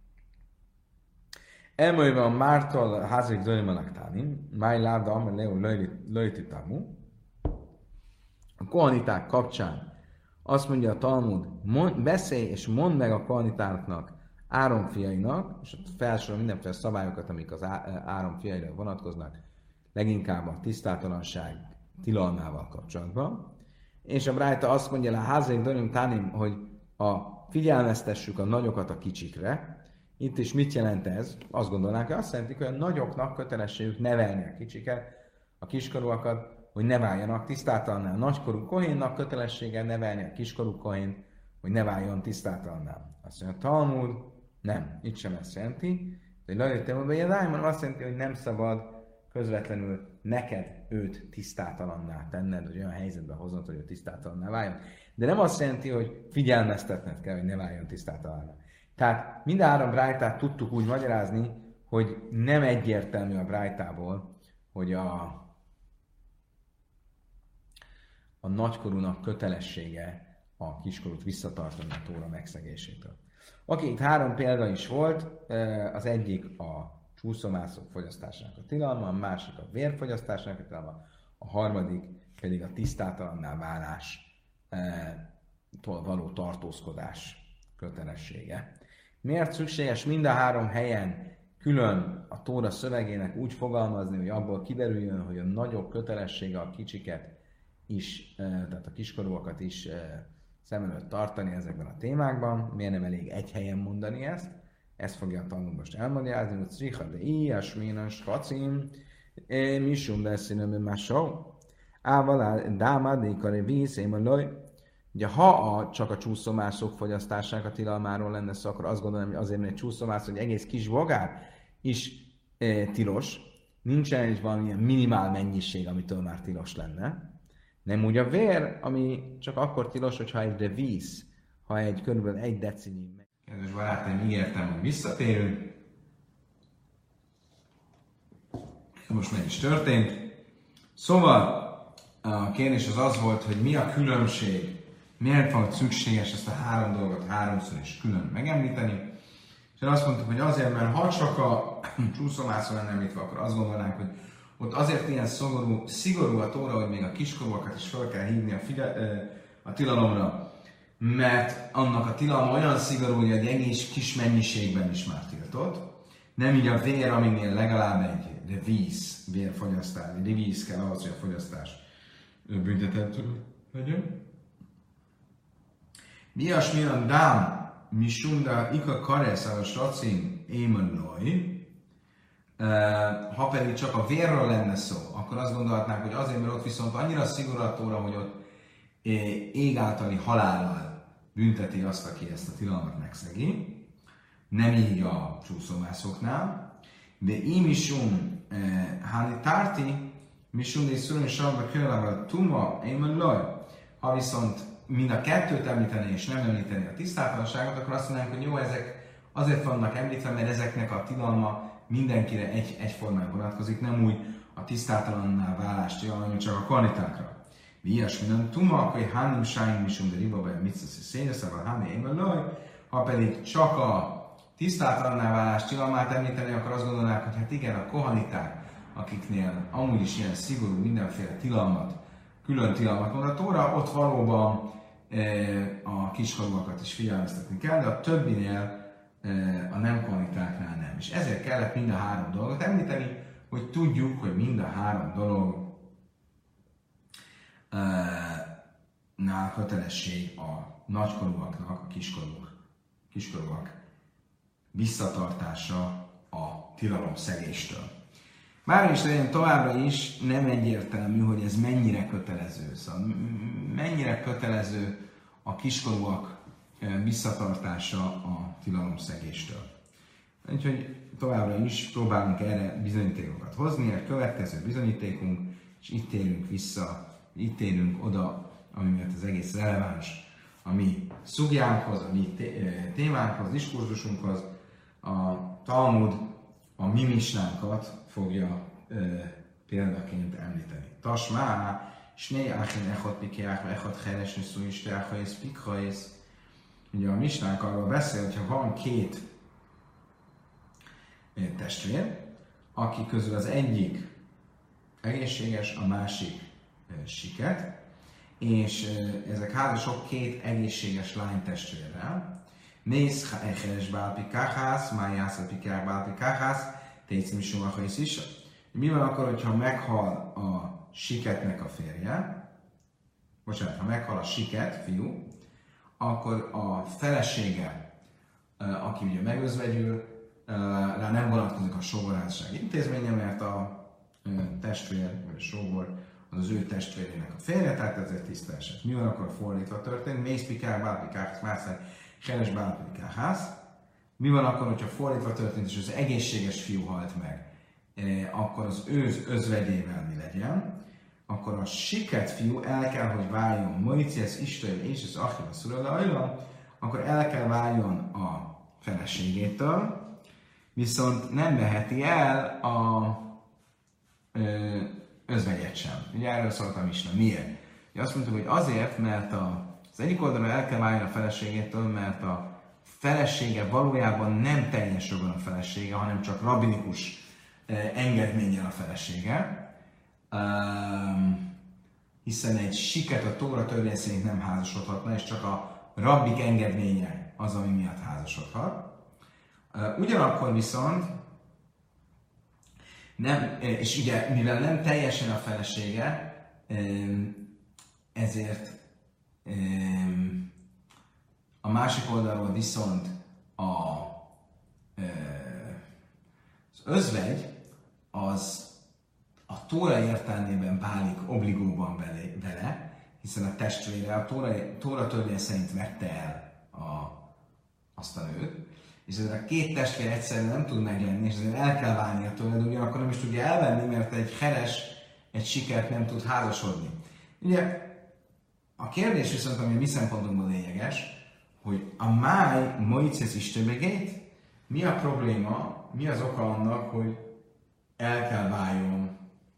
Speaker 1: Elmondva a Mártól házik dölimanak tánim, máj láda, amely leo lojtitamu. A kohaniták kapcsán azt mondja a Talmud, mond, beszélj és mondd meg a kohanitáknak, Áron fiainak, és ott felsorol mindenféle szabályokat, amik az Áron fiaira vonatkoznak, leginkább a tisztátalanság tilalmával kapcsolatban. És a Brájta azt mondja le, házik dölim tánim, hogy a figyelmeztessük a nagyokat a kicsikre. Itt is mit jelent ez? Azt gondolnánk, hogy azt jelenti, hogy a nagyoknak kötelességük nevelni a kicsiket, a kiskorúakat, hogy ne váljanak tisztátalanná. A nagykorú kohénnak kötelessége nevelni a kiskorú kohént, hogy ne váljon tisztátalanná. Azt mondja, a Talmud nem, itt sem ezt jelenti. De lajlítem, hogy a azt jelenti, hogy nem szabad közvetlenül neked őt tisztátalanná tenned, hogy olyan helyzetbe hoznod, hogy ő tisztátalanná váljon. De nem azt jelenti, hogy figyelmeztetned kell, hogy ne váljon tisztátalanná. Tehát mind a három brájtát tudtuk úgy magyarázni, hogy nem egyértelmű a brájtából, hogy a, a nagykorúnak kötelessége a kiskorút visszatartani a tóra megszegésétől. Oké, itt három példa is volt, az egyik a csúszomászok fogyasztásának a tilalma, a másik a vérfogyasztásának a tilalma, a harmadik pedig a tisztátalanná válástól való tartózkodás kötelessége. Miért szükséges mind a három helyen külön a Tóra szövegének úgy fogalmazni, hogy abból kiderüljön, hogy a nagyobb kötelessége a kicsiket is, tehát a kiskorúakat is szem előtt tartani ezekben a témákban? Miért nem elég egy helyen mondani ezt? Ezt fogja a Talmud most elmagyarázni, hogy Tricha de ilyes, ménas, kacim, misum beszélőben másó. Ával dámadékare víz, én loj. Ugye, ha a, csak a csúszomászok fogyasztásának a tilalmáról lenne szó, akkor azt gondolom, hogy azért, mert egy csúszomász, hogy egész kis bogár is e, tilos, nincsen egy valamilyen minimál mennyiség, amitől már tilos lenne. Nem úgy a vér, ami csak akkor tilos, hogyha egy víz, ha egy körülbelül egy decinyi. Kedves barátaim, ígértem, hogy visszatérünk. Most meg is történt. Szóval a kérdés az az volt, hogy mi a különbség, miért volt szükséges ezt a három dolgot háromszor is külön megemlíteni. És azt mondtuk, hogy azért, mert ha csak a csúszomászon lenne említve, akkor azt gondolnánk, hogy ott azért ilyen szigorú, szigorú a Tóra, hogy még a kiskorúakat is fel kell hívni a, fide, a tilalomra, mert annak a tilalma olyan szigorú, hogy egy egész kis mennyiségben is már tiltott. Nem így a vér, aminél legalább egy víz vérfogyasztás, egy víz kell ahhoz, hogy a fogyasztás büntetett legyen. Mias milyen dám, misunda ika karesz a stracim émönloj. Ha pedig csak a vérről lenne szó, akkor azt gondolhatnánk, hogy azért, mert ott viszont annyira szigorú a Tóra, hogy ott ég általi halállal bünteti azt, aki ezt a tilalmat megszegi. Nem így a csúszomászoknál. De imisum háni tárti, misum de szurun sarba kőlával tuma émönloj. Ha viszont mind a kettőt említeni és nem említeni a tisztátalanságot, akkor azt mondanánk, hogy jó, ezek azért vannak említve, mert ezeknek a tilalma mindenkire egy, egyformán vonatkozik, nem úgy a tisztátalanná válást tilalma, hanem csak a kvalitákra. Mi ilyesmi nem tuma, hogy hánim sájn misum de riba vagy a mitzvaszi széneszával hámi émelloj, ha pedig csak a tisztátalanná válást tilalmát említeni, akkor azt gondolnák, hogy hát igen, a kohaniták, akiknél amúgy is ilyen szigorú mindenféle tilalmat, külön tilalmat mond a Tóra, ott valóban e, a kiskorúakat is figyelmeztetni kell, de a többinél, e, a nem kohanitáknál nem. És ezért kellett mind a három dolgot említeni, hogy tudjuk, hogy mind a három dolog e, nál kötelesség a nagykorúaknak, a kiskorúak, kiskorúak visszatartása a tilalomszegéstől. Bár is legyen továbbra is nem egyértelmű, hogy ez mennyire kötelező. Szóval mennyire kötelező a kiskorúak visszatartása a tilalomszegéstől. Úgyhogy továbbra is próbálunk erre bizonyítékokat hozni, egy következő bizonyítékunk, és itt térünk vissza, itt térünk oda, ami miatt az egész releváns a mi szugjánkhoz, a mi témánkhoz, diskurzusunkhoz. A Talmud a mi misnánkat fogja ö, példaként említeni. Tasmá, sné áchen echot pikiák, echot heres niszú is teáhajsz, pikhajsz. ugye a misnánk arról beszél, hogyha van két testvér, aki közül az egyik egészséges, a másik siket, és ezek házasok két egészséges lány testvérrel. Nézz, ha echeres bálpi káhász, májász a pikák bálpi káhász, técim is is. Mi van akkor, hogyha meghal a siketnek a férje, bocsánat, ha meghal a siket, fiú, akkor a felesége, aki ugye megözvegyül, rá nem vonatkozik a sógorházasság intézménye, mert a testvér, vagy a sógor az az ő testvérének a férje, tehát ezért tisztelesek. Mi van akkor fordítva történik? Mész pikák, bálpikák, mászák, seres bálpikáház. Mi van akkor, hogyha fordítva történt, és az egészséges fiú halt meg, akkor az ő özvegyével mi legyen? Akkor a siket fiú el kell, hogy váljon Moiciesz, Isten és az Achilla Szurada, akkor el kell váljon a feleségétől, viszont nem veheti el a ö, özvegyet sem. Ugye erről szóltam is, miért? Ugye azt mondtuk, hogy azért, mert a, az egyik oldalon el kell váljon a feleségétől, mert a felesége valójában nem teljes jogon a felesége, hanem csak rabbinikus engedménnyel a felesége. Um, hiszen egy siket a Tóra törvény szerint nem házasodhatna, és csak a rabbik engedménye az, ami miatt házasodhat. Uh, ugyanakkor viszont, nem, és ugye mivel nem teljesen a felesége, um, ezért um, a másik oldalról viszont a, uh, az özvegy az a Tóra értelmében válik obligóban vele, hiszen a testvére a Tóra, Tóra törvény szerint vette el a, azt a nőt, és ezért a két testvér egyszerűen nem tud meglenni, és ezért el kell válnia tőle, de ugyanakkor nem is tudja elvenni, mert egy heres, egy sikert nem tud házasodni. Ugye a kérdés viszont, ami a mi szempontunkból lényeges, hogy a máj Moiciesz Istenbegét, mi a probléma, mi az oka annak, hogy el kell váljon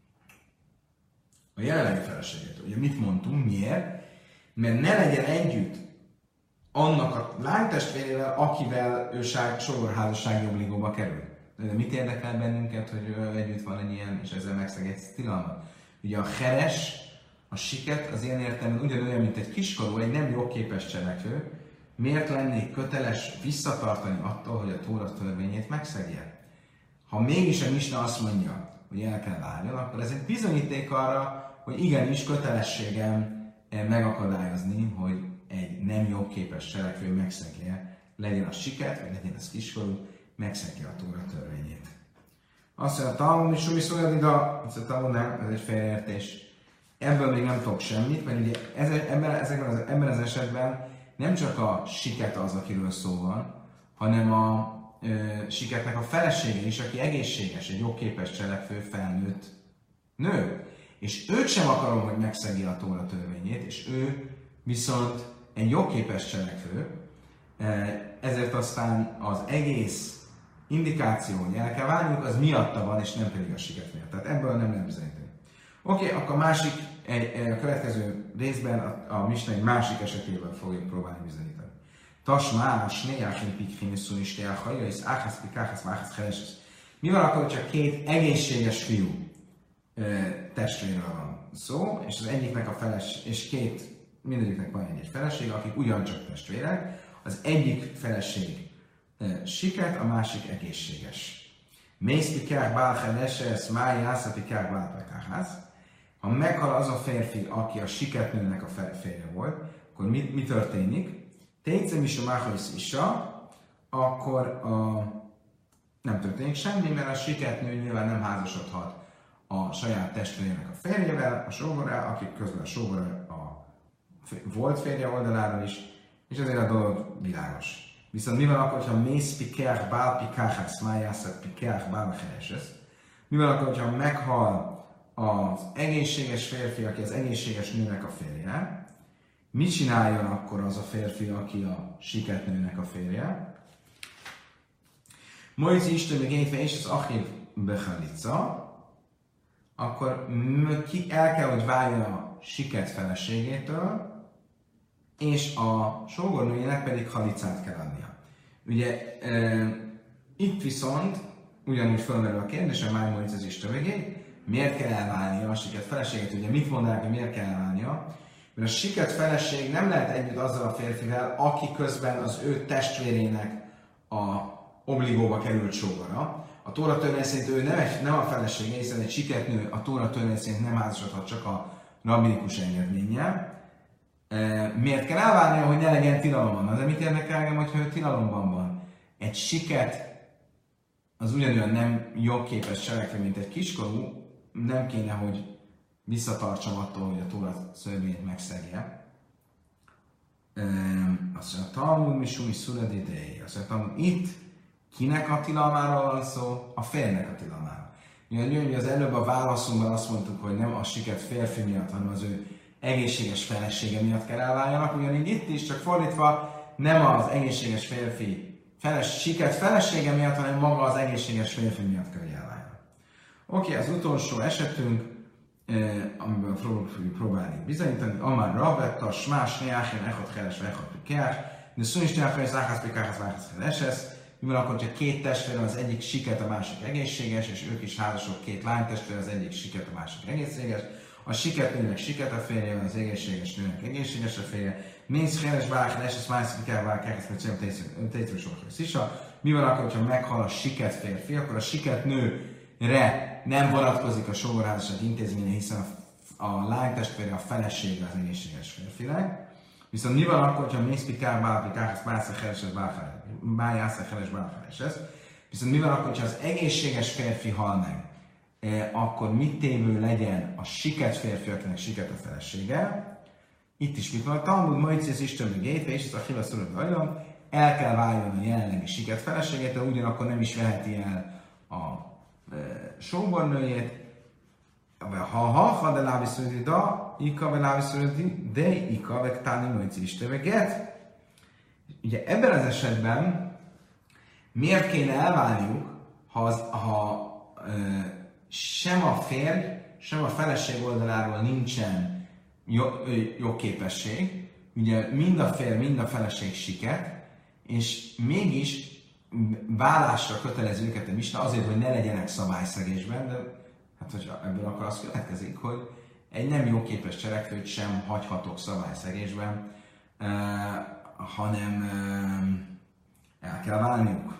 Speaker 1: a jelenlegi feleségétől. Ugye mit mondtunk, miért? Mert ne legyen együtt annak a lánytestvérével, akivel ő sógorházassági obligóba kerül. De mit érdekel bennünket, hogy ő együtt van egy ilyen, és ezzel megszeg egy tilalmat? Ugye a heres, a siket az ilyen értelemben ugyanolyan, mint egy kiskorú, egy nem jogképes cselekvő. Miért lennék köteles visszatartani attól, hogy a Tóra törvényét megszegje? Ha mégis a misna azt mondja, hogy el kell váljon, akkor ez egy bizonyíték arra, hogy igenis kötelességem megakadályozni, hogy egy nem jogképes cselekvő megszegje, legyen az siket, vagy legyen az kiskorú, megszegje a Tóra törvényét. Azt mondja, a Talmud is úgy szólja, hogy azt mondja, Talmud nem, ez egy félreértés. Ebből még nem tudok semmit, mert ugye ez, ebben, ezekben az, ebben az esetben nem csak a siket az, akiről szó van, hanem a ö, siketnek a felesége is, aki egészséges, egy jogképes cselekvő, felnőtt nő. És őt sem akarom, hogy megszegje a Tóra törvényét, és ő viszont egy jogképes cselekvő, ezért aztán az egész indikáció, hogy el kell válniuk, az miatta van, és nem pedig a siket miatt. Tehát ebből nem lehet bizonyítani. Oké, okay, akkor a másik, a következő részben a, a misna egy másik esetében fogjuk próbálni bizonyítani. Tasmá, snéjásin pikfiniszun is teák haja, és áhász pikáhász, máhász hereses. Mi van akkor, csak két egészséges fiú testvérről van szó, és az egyiknek a feles, és két, mindegyiknek van egy feleség, akik ugyancsak testvérek. Az egyik feleség e, siket, a másik egészséges. Mész pikák bálhedeses, máj jásza pikák bálpekáhász. Ha meghal az a férfi, aki a siketnőnek a férje volt, akkor mi, mi történik? Tétszem is a máhajsz isa, akkor a, nem történik semmi, mert a siketnő nyilván nem házasodhat a saját testvérének a férjével, a sógorá, akik közben a sógorá a volt férje oldaláról is, és ezért a dolog világos. Viszont mi van akkor, ha mész pikák bál pikáhász, májászat pikák bál hereses? Mi van akkor, ha meghal az egészséges férfi, aki az egészséges nőnek a férje? Mit csináljon akkor az a férfi, aki a siketnőnek a férje? Moici Isten még éjfel és az Achiv Bechalica, akkor ki el kell, hogy váljon a siket feleségétől, és a sógornőjének pedig halicát kell adnia. Ugye e, itt viszont ugyanúgy felmerül a kérdés, a Májmonic az istövegé, miért kell elválnia a siket feleséget? Ugye mit mondanak, hogy miért kell elválnia? Mert a siket feleség nem lehet együtt azzal a férfivel, aki közben az ő testvérének a obligóba került sógora. A Tóra törvény szerint ő nem, nem a felesége, hiszen egy siketnő a Tóra törvény szerint nem házasodhat csak a rabbinikus engedménnyel. E, miért kell elvárnia, hogy ne legyen tilalomban? De mit érdekel engem, hogyha ő tilalomban van? Egy siket az ugyanolyan nem jogképes cselekvő, mint egy kiskorú, nem kéne, hogy visszatartsam attól, hogy a Tóra törvényt megszegje. E, azt mondja, Talmud misumi szurad idei. Azt mondja, itt kinek a tilalmáról van szó? A férnek a tilalmáról. Ugye az előbb a válaszunkban azt mondtuk, hogy nem a siket férfi miatt, hanem az ő egészséges felesége miatt kell elváljanak. Ugyanígy itt is, csak fordítva, nem az egészséges férfi feles, siket felesége miatt, hanem maga az egészséges férfi miatt kell, hogy elváljanak. Oké, okay, az utolsó esetünk, eh, amiben fogjuk próbálni bizonyítani, Amár Ravetta, Smás, Neáchen, Echot, Heres, Echot, Pikeás, de Szunisz, Neáchen, Záhász, Pikáhász, Váhász, Heresesz, mivel akkor, hogyha két testvére, az egyik siket, a másik egészséges, és ők is házasok, két lánytestvére, az egyik siket, a másik egészséges, a siketnőnek siket a férje, az egészséges nőnek egészséges a férje, nincs Heres, Báchen, Eses, Mász, Pikár, Báchen, Kehez, Mert Tétősorhoz is. Mivel akkor, hogyha meghal a siket férfi, akkor a siket nőre nem vonatkozik a sógorházasság intézménye, hiszen a, a lánytestvére, a felesége az egészséges férfinek. Viszont mi van akkor, hogyha mész pikár, bálapikár, bájászekeres, bálapikás, viszont mi van akkor, hogyha az egészséges férfi hal meg, eh, akkor mit tévő legyen a siket férfi, akinek siket a felesége? Itt is mit van? A Talmud, Moicész, Isten, meg Géfe, és ez a Hivasztorod Ajlom, el kell váljon a jelenlegi siket feleségétől, ugyanakkor nem is veheti el a e, sógornőjét. Ha ha, de lábiszorodi, da, ika, ve lábiszorodi, de ika, ve táni Moicész, Isten, meg Get. Ugye ebben az esetben miért kéne elválniuk, ha, az, ha e, sem a férj, sem a feleség oldaláról nincsen jogképesség, ugye mind a férj, mind a feleség siket, és mégis vállásra kötelező őket a misna azért, hogy ne legyenek szabályszegésben, de hát hogyha ebből akkor az következik, hogy egy nem jogképes cselekvőt sem hagyhatok szabályszegésben, uh, hanem uh, el kell válniuk.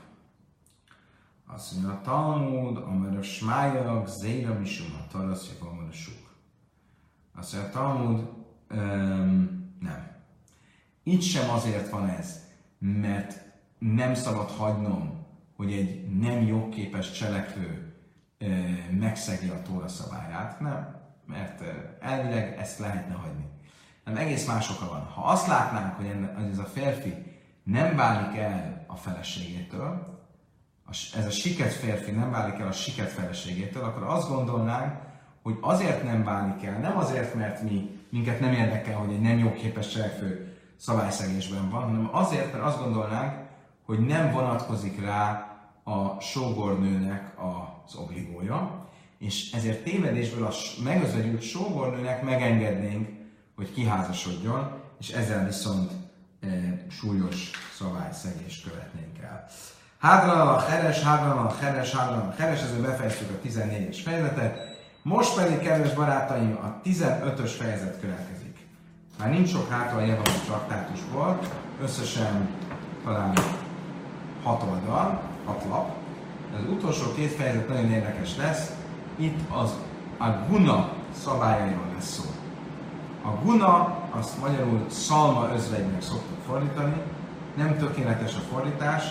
Speaker 1: Azt mondja a Talmud, amely a smájak, zéra misum, a taraszja, amely a suk. Azt mondja a Talmud, um, nem. Itt sem azért van ez, mert nem szabad hagynom, hogy egy nem jogképes cselekvő uh, megszegje a Tóra szabályát, nem, mert uh, elvileg ezt lehetne hagyni. Nem, egész más oka van. Ha azt látnánk, hogy, enne, hogy ez a férfi nem válik el a feleségétől, ez a siket férfi nem válik el a siket feleségétől, akkor azt gondolnánk, hogy azért nem válik el, nem azért, mert mi, minket nem érdekel, hogy egy nem jogképes cselekvő szabályszegésben van, hanem azért, mert azt gondolnánk, hogy nem vonatkozik rá a sógornőnek az obligója, és ezért tévedésből a megözvegyült sógornőnek megengednénk, hogy kiházasodjon, és ezzel viszont e, súlyos szabályszegést követnénk el. Hádran a heres, hádran a heres, hádran a heres, ezzel befejeztük a tizennégyes fejezetet. Most pedig, kedves barátaim, a tizenötös fejezet következik. Már nincs sok hátra a Jevalom traktátusból, összesen talán hat oldal, hat lap. Az utolsó két fejezet nagyon érdekes lesz. Itt az a guna szabályairól lesz szó. A guna, azt magyarul szalma özvegynek szoktuk fordítani. Nem tökéletes a fordítás,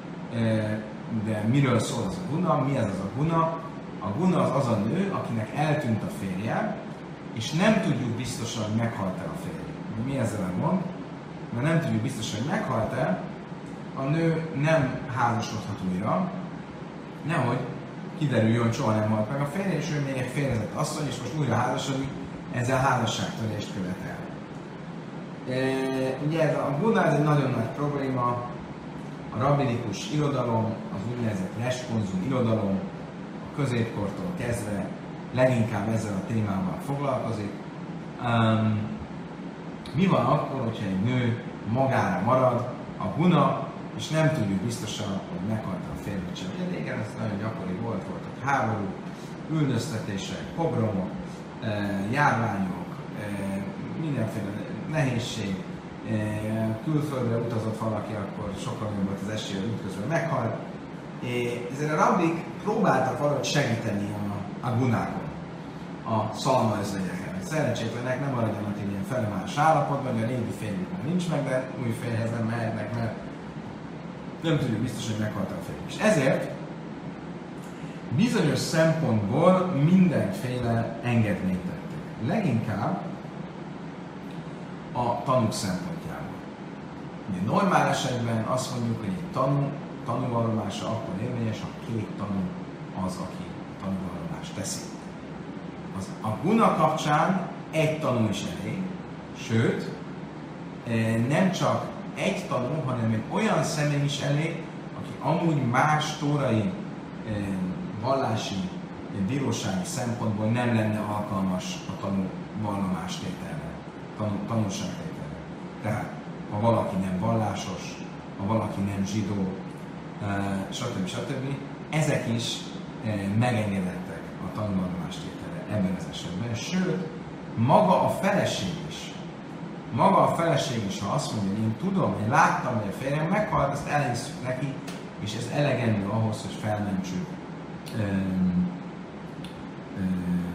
Speaker 1: de miről szól az a guna? Mi ez az a guna? A guna az az a nő, akinek eltűnt a férje, és nem tudjuk biztosan, hogy meghalt-e a férje. Mi ezzel a gond? Mert nem tudjuk biztosan, hogy meghalt-e, a nő nem házasodhat újra, nehogy kiderüljön, hogy soha nem halt meg a férje, és ő még egy férjezett asszony, és most újra házasodik, ezzel házasságtörést követel. E, ugye ez a guna ez egy nagyon nagy probléma, a rabbinikus irodalom, az úgynevezett responzum irodalom, a középkortól kezdve leginkább ezzel a témával foglalkozik. Um, Mi van akkor, hogyha egy nő magára marad, a guna, és nem tudjuk biztosan, hogy meghalta a férjét sem. Ugye régen ez nagyon gyakori volt, voltak háborúk, üldöztetések, pogromok, járványok, mindenféle nehézség, külföldre utazott valaki, akkor sokkal jobb volt az esélye, hogy útközben meghalt. Ezért a rabbik próbáltak valahogy segíteni a, a gunákon, a szalmaözvegyeken. Szerencsétlenek nem maradjanak egy ilyen felemás állapotban, hogy a régi férjük már nincs meg, de új férjhez nem mehetnek, mert nem tudjuk biztos, hogy meghaltak a férjük. És ezért bizonyos szempontból mindenféle engedményt tettek. Leginkább a tanúk szempontjából. Ugye normál esetben azt mondjuk, hogy egy tanú, tanúvallomása akkor érvényes, ha két tanú az, aki tanúvallomást teszi. Az, a guna kapcsán egy tanú is elég, sőt, nem csak egy tanú, hanem egy olyan személy is elég, aki amúgy más tórai vallási, bírósági szempontból nem lenne alkalmas a tanú vallomástételre, tanú, tanúságtételre. Tehát, ha valaki nem vallásos, ha valaki nem zsidó, stb. stb. Ezek is megengedettek a tanúvallomástételre ebben az esetben. Sőt, maga a feleség is, maga a feleség is, ha azt mondja, hogy én tudom, én láttam, hogy a férjem meghalt, azt elhisszük neki, és ez elegendő ahhoz, hogy felmentsük öm, öm,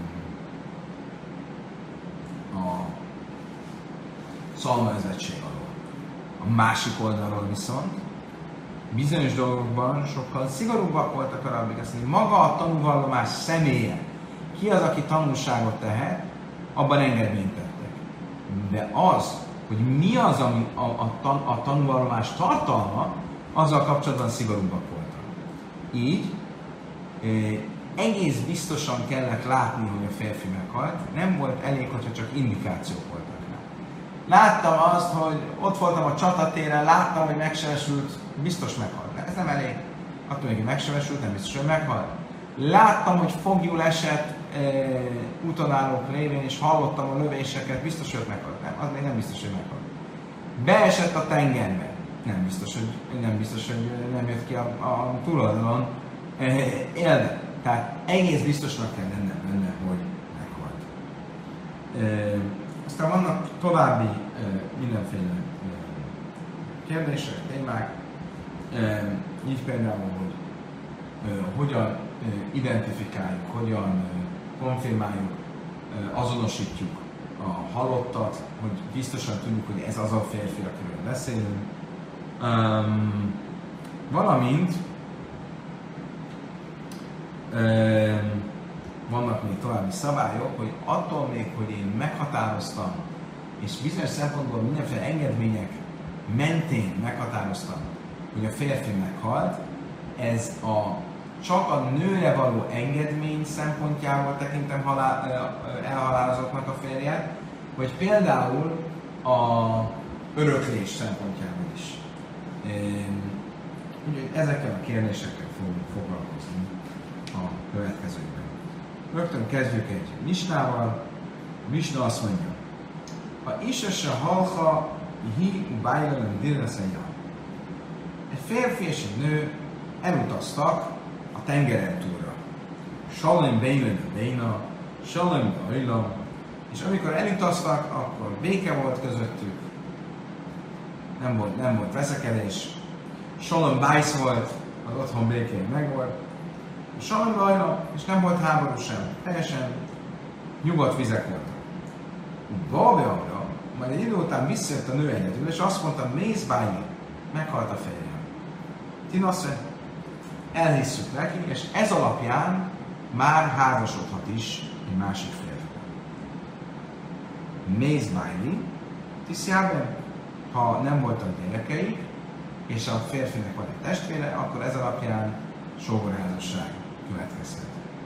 Speaker 1: a szalmaözettség alól. A másik oldalról viszont bizonyos dolgokban sokkal szigorúbbak voltak a rabbik, azt mondja, maga a tanúvallomás személye, ki az, aki tanúságot tehet, abban engedményt tettek. De az, hogy mi az, ami a, a, tan, a tanúvallomás tartalma, azzal kapcsolatban szigorúbbak voltak. Így eh, egész biztosan kellett látni, hogy a férfi meghalt, nem volt elég, hogyha csak indikációk voltak rá. Láttam azt, hogy ott voltam a csatatéren, láttam, hogy megsebesült, biztos meghalt. De ez nem elég. Attól, hogy megsebesült, nem biztos, hogy meghalt. Láttam, hogy foglyul esett e, útonállók révén, és hallottam a lövéseket, biztos, hogy meghalt. Nem, az még nem biztos, hogy meghalt. Beesett a tengerbe. Nem biztos, hogy nem, biztos, hogy nem jött ki a, a túloldalon e, élve. Tehát egész biztosnak kell lennem benne, hogy meghalt. E, aztán vannak további e, mindenféle e, kérdések, témák. E, így például, hogy e, hogyan e, identifikáljuk, hogyan e, konfirmáljuk, e, azonosítjuk a halottat, hogy biztosan tudjuk, hogy ez az a férfi, akiről beszélünk. Um, valamint um, vannak még további szabályok, hogy attól még, hogy én meghatároztam, és bizonyos szempontból mindenféle engedmények mentén meghatároztam, hogy a férfi meghalt, ez a, csak a nőre való engedmény szempontjából tekintem halál, elhalálozottnak a férjet, vagy például a öröklés szempontjából is. Úgyhogy ezekkel a kérdésekkel fogunk foglalkozni a következőkben. Rögtön kezdjük egy misnával. A misna azt mondja, ha isese halha hi bájlelen dirreszeja. Egy férfi és egy nő elutaztak a tengeren túlra. Salem bejlen a béna, salem bajla, és amikor elutaztak, akkor béke volt közöttük, nem volt, nem volt veszekedés, Salom bájsz volt, az otthon békén megvolt, Salom bajla, és nem volt háború sem, teljesen nyugodt vizek voltak. Babjamra, majd egy idő után visszajött a nő egyedül, és azt mondta, mész bájni, meghalt a férjem. Tinasze, elhisszük neki, és ez alapján már házasodhat is egy másik férfival. Mész bájni, tiszjában, ha nem voltak gyerekeik, és a férfinek van egy testvére, akkor ez alapján sógorházasság következhet.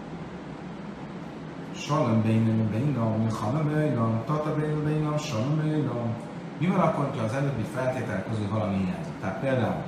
Speaker 1: Salom beinam beinam, milchalom beinam, tata beinam, salom beinam. Mi van akkor, ha az előbbi feltételek közül valami hiányzott? Tehát például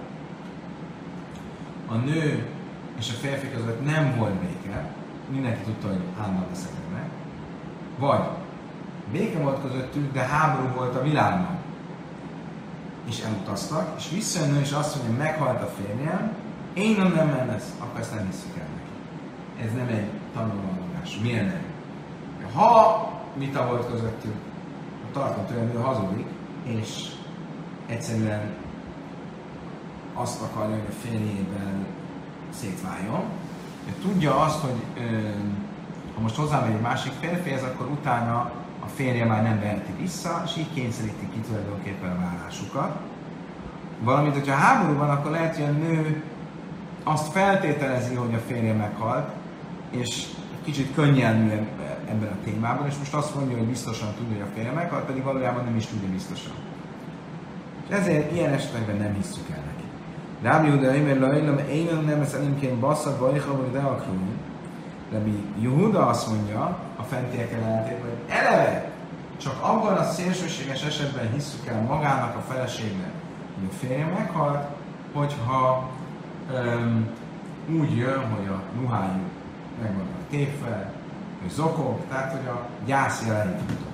Speaker 1: a nő és a férfi között nem volt béke, mindenki tudta, hogy hányan veszekednek, vagy béke volt közöttük, de háború volt a világban. És elutaztak, és visszajön és azt mondja, meghalt a férjem, én nem nem lesz, akkor ezt nem hiszük el neki. Ez nem egy tanulmányolás. Miért nem? Ha vita volt közöttük, a tartott olyan, hogy hazudik, és egyszerűen azt akarja, hogy a férjével szétváljon. Tudja azt, hogy ö, ha most hozzámegy egy másik férfihez, akkor utána a férje már nem veheti vissza, és így kényszeríti ki tulajdonképpen a vállásukat. Valamint, hogyha háború van, akkor lehet, hogy a nő azt feltételezi, hogy a férje meghalt, és kicsit könnyelműen ebben a témában, és most azt mondja, hogy biztosan tudja, hogy a férje meghalt, pedig valójában nem is tudja biztosan. És ezért ilyen esetekben nem hisszük el neki. Rábi Júda, Imer Lajlam, én nem ez elimként basszak, bajha, vagy deakrúin. Rabbi Júda azt mondja, a fentiekkel ellentétben, hogy eleve csak abban a szélsőséges esetben hisszük el magának a feleségnek, hogy a férje meghalt, hogyha öm, úgy jön, hogy a ruhájú meg van a tépve, hogy zokog, tehát hogy a gyász jelenít mutatja.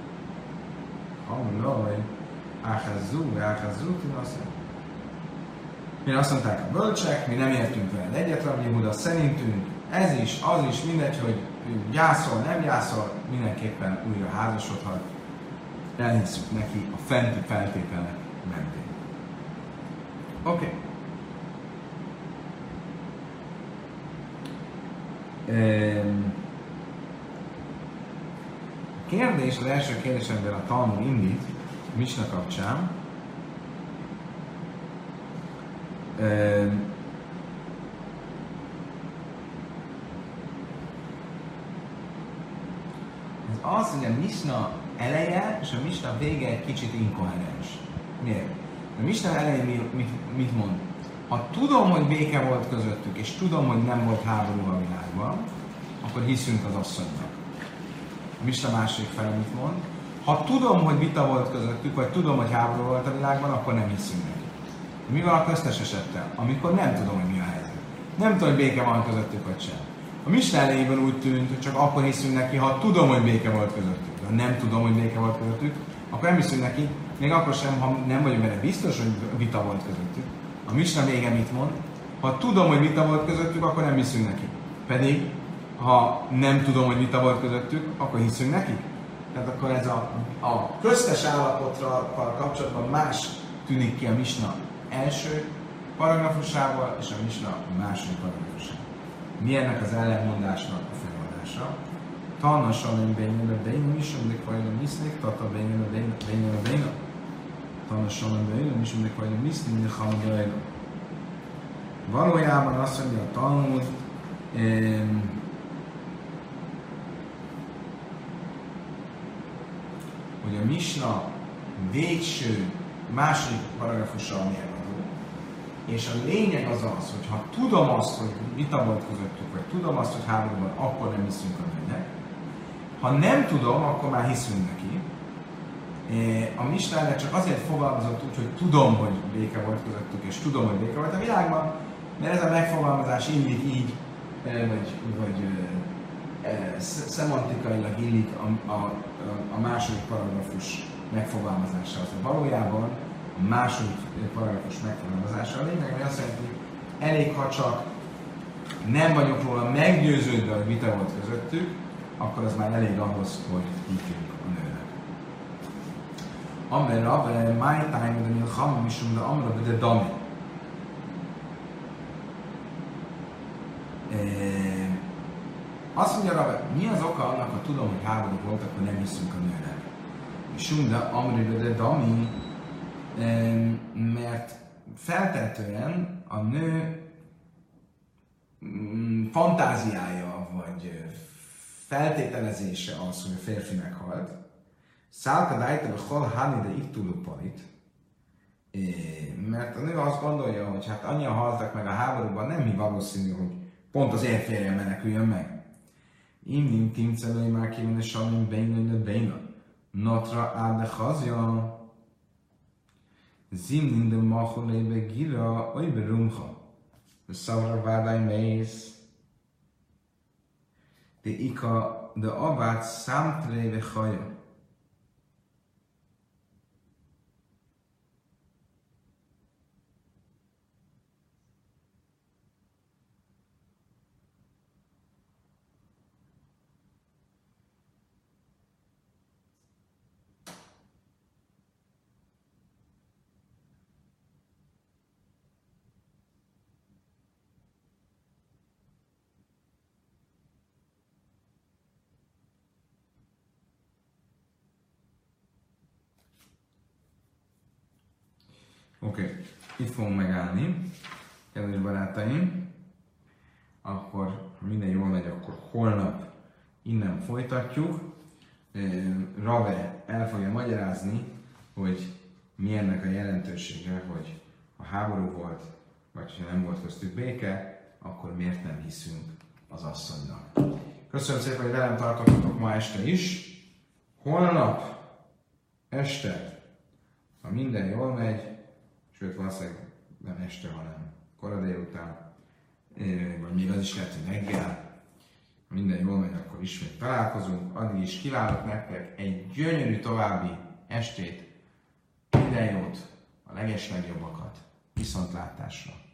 Speaker 1: Amulaj, áházzú, áházzú, azt mire azt mondták a bölcsek, mi nem értünk vele egyet, Rabbi Júda, szerintünk ez is, az is, mindegy, hogy gyászol, nem gyászol, mindenképpen újra házasodhat, elhisszük neki a fenti feltételek mentén. Oké. Okay. A kérdés, az első kérdés, amivel a Talmud indít, Misna kapcsán, ez az, hogy a Misna eleje és a Misna vége egy kicsit inkoherens. Miért? A Misna elején mit, mit mond? Ha tudom, hogy béke volt közöttük, és tudom, hogy nem volt háború a világban, akkor hiszünk az asszonynak. A Misna második fele mit mond? Ha tudom, hogy vita volt közöttük, vagy tudom, hogy háború volt a világban, akkor nem hiszünk neki. Mi van a köztes esettel? Amikor nem tudom, hogy mi a helyzet. Nem tudom, hogy béke van közöttük, vagy sem. A Misna elejében úgy tűnt, hogy csak akkor hiszünk neki, ha tudom, hogy béke volt közöttük. Ha nem tudom, hogy béke volt közöttük, akkor nem hiszünk neki, még akkor sem, ha nem vagyunk benne biztos, hogy vita volt közöttük. A Misna vége mit mond? Ha tudom, hogy vita volt közöttük, akkor nem hiszünk neki. Pedig, ha nem tudom, hogy vita volt közöttük, akkor hiszünk neki. Tehát akkor ez a, a köztes állapotra kapcsolatban más tűnik ki a Misna első paragrafusával és a Misna második paragrafusával. Mi ennek az ellenmondásnak a fennmadása? Tanna salim bényel a bényel, misumlik vajlom miszlik, tata bényel a bényel a bényel. Tanna salim bényel, misumlik vajlom miszlik, necham bejlom. Valójában azt mondja a Talmud, hogy a Misna végső második paragrafussal mérvadó, és a lényeg az az, hogy ha tudom azt, hogy vita volt közöttük, vagy tudom azt, hogy háborúban, akkor nem hiszünk a nőnek. Ha nem tudom, akkor már hiszünk neki. A Misna erre csak azért fogalmazott úgy, hogy tudom, hogy béke volt közöttük, és tudom, hogy béke volt a világban, mert ez a megfogalmazás illik így, vagy, vagy e, szemantikailag illik a, a, a második paragrafus megfogalmazása. Az valójában a második paragrafus megfogalmazása a lényeg, ami azt jelenti, hogy elég, ha csak nem vagyok róla meggyőződve, hogy vita volt közöttük, akkor az már elég ahhoz, hogy hívjunk a nőnek. Amera, my time, de milchama, misum, de amra, de dami. Azt mondja Rabbi, mi az oka annak, ha tudom, hogy háború volt, akkor nem hiszünk a nőnek. Sunda amribe de dami, mert feltetően a nő fantáziája, vagy feltételezése az, hogy a férfi meghalt. Szálka dájtebe hol hani de itt palit, mert a nő azt gondolja, hogy hát annyian haltak meg a háborúban, nem mi valószínű, hogy pont az én férjem meneküljön meg. Imnim timcelői már kívánni samin beinőnő beina. Natra áde hazja. Zimnin de macholébe gira, olybe rumha. Szavra vádály mész. De ika, de abát számtréve haja. Oké, okay. Itt fogunk megállni, kedves barátaim. Akkor, ha minden jól megy, akkor holnap innen folytatjuk. Rave el fogja magyarázni, hogy mi ennek a jelentősége, hogy ha háború volt, vagy ha nem volt köztük béke, akkor miért nem hiszünk az asszonynak. Köszönöm szépen, hogy velem tartottatok ma este is. Holnap este, ha minden jól megy, sőt valószínűleg nem este, hanem kora délután, vagy még az is lehet, hogy reggel, ha minden jól megy, akkor ismét találkozunk. Addig is kívánok nektek egy gyönyörű további estét, minden jót, a legeslegjobbakat, viszontlátásra!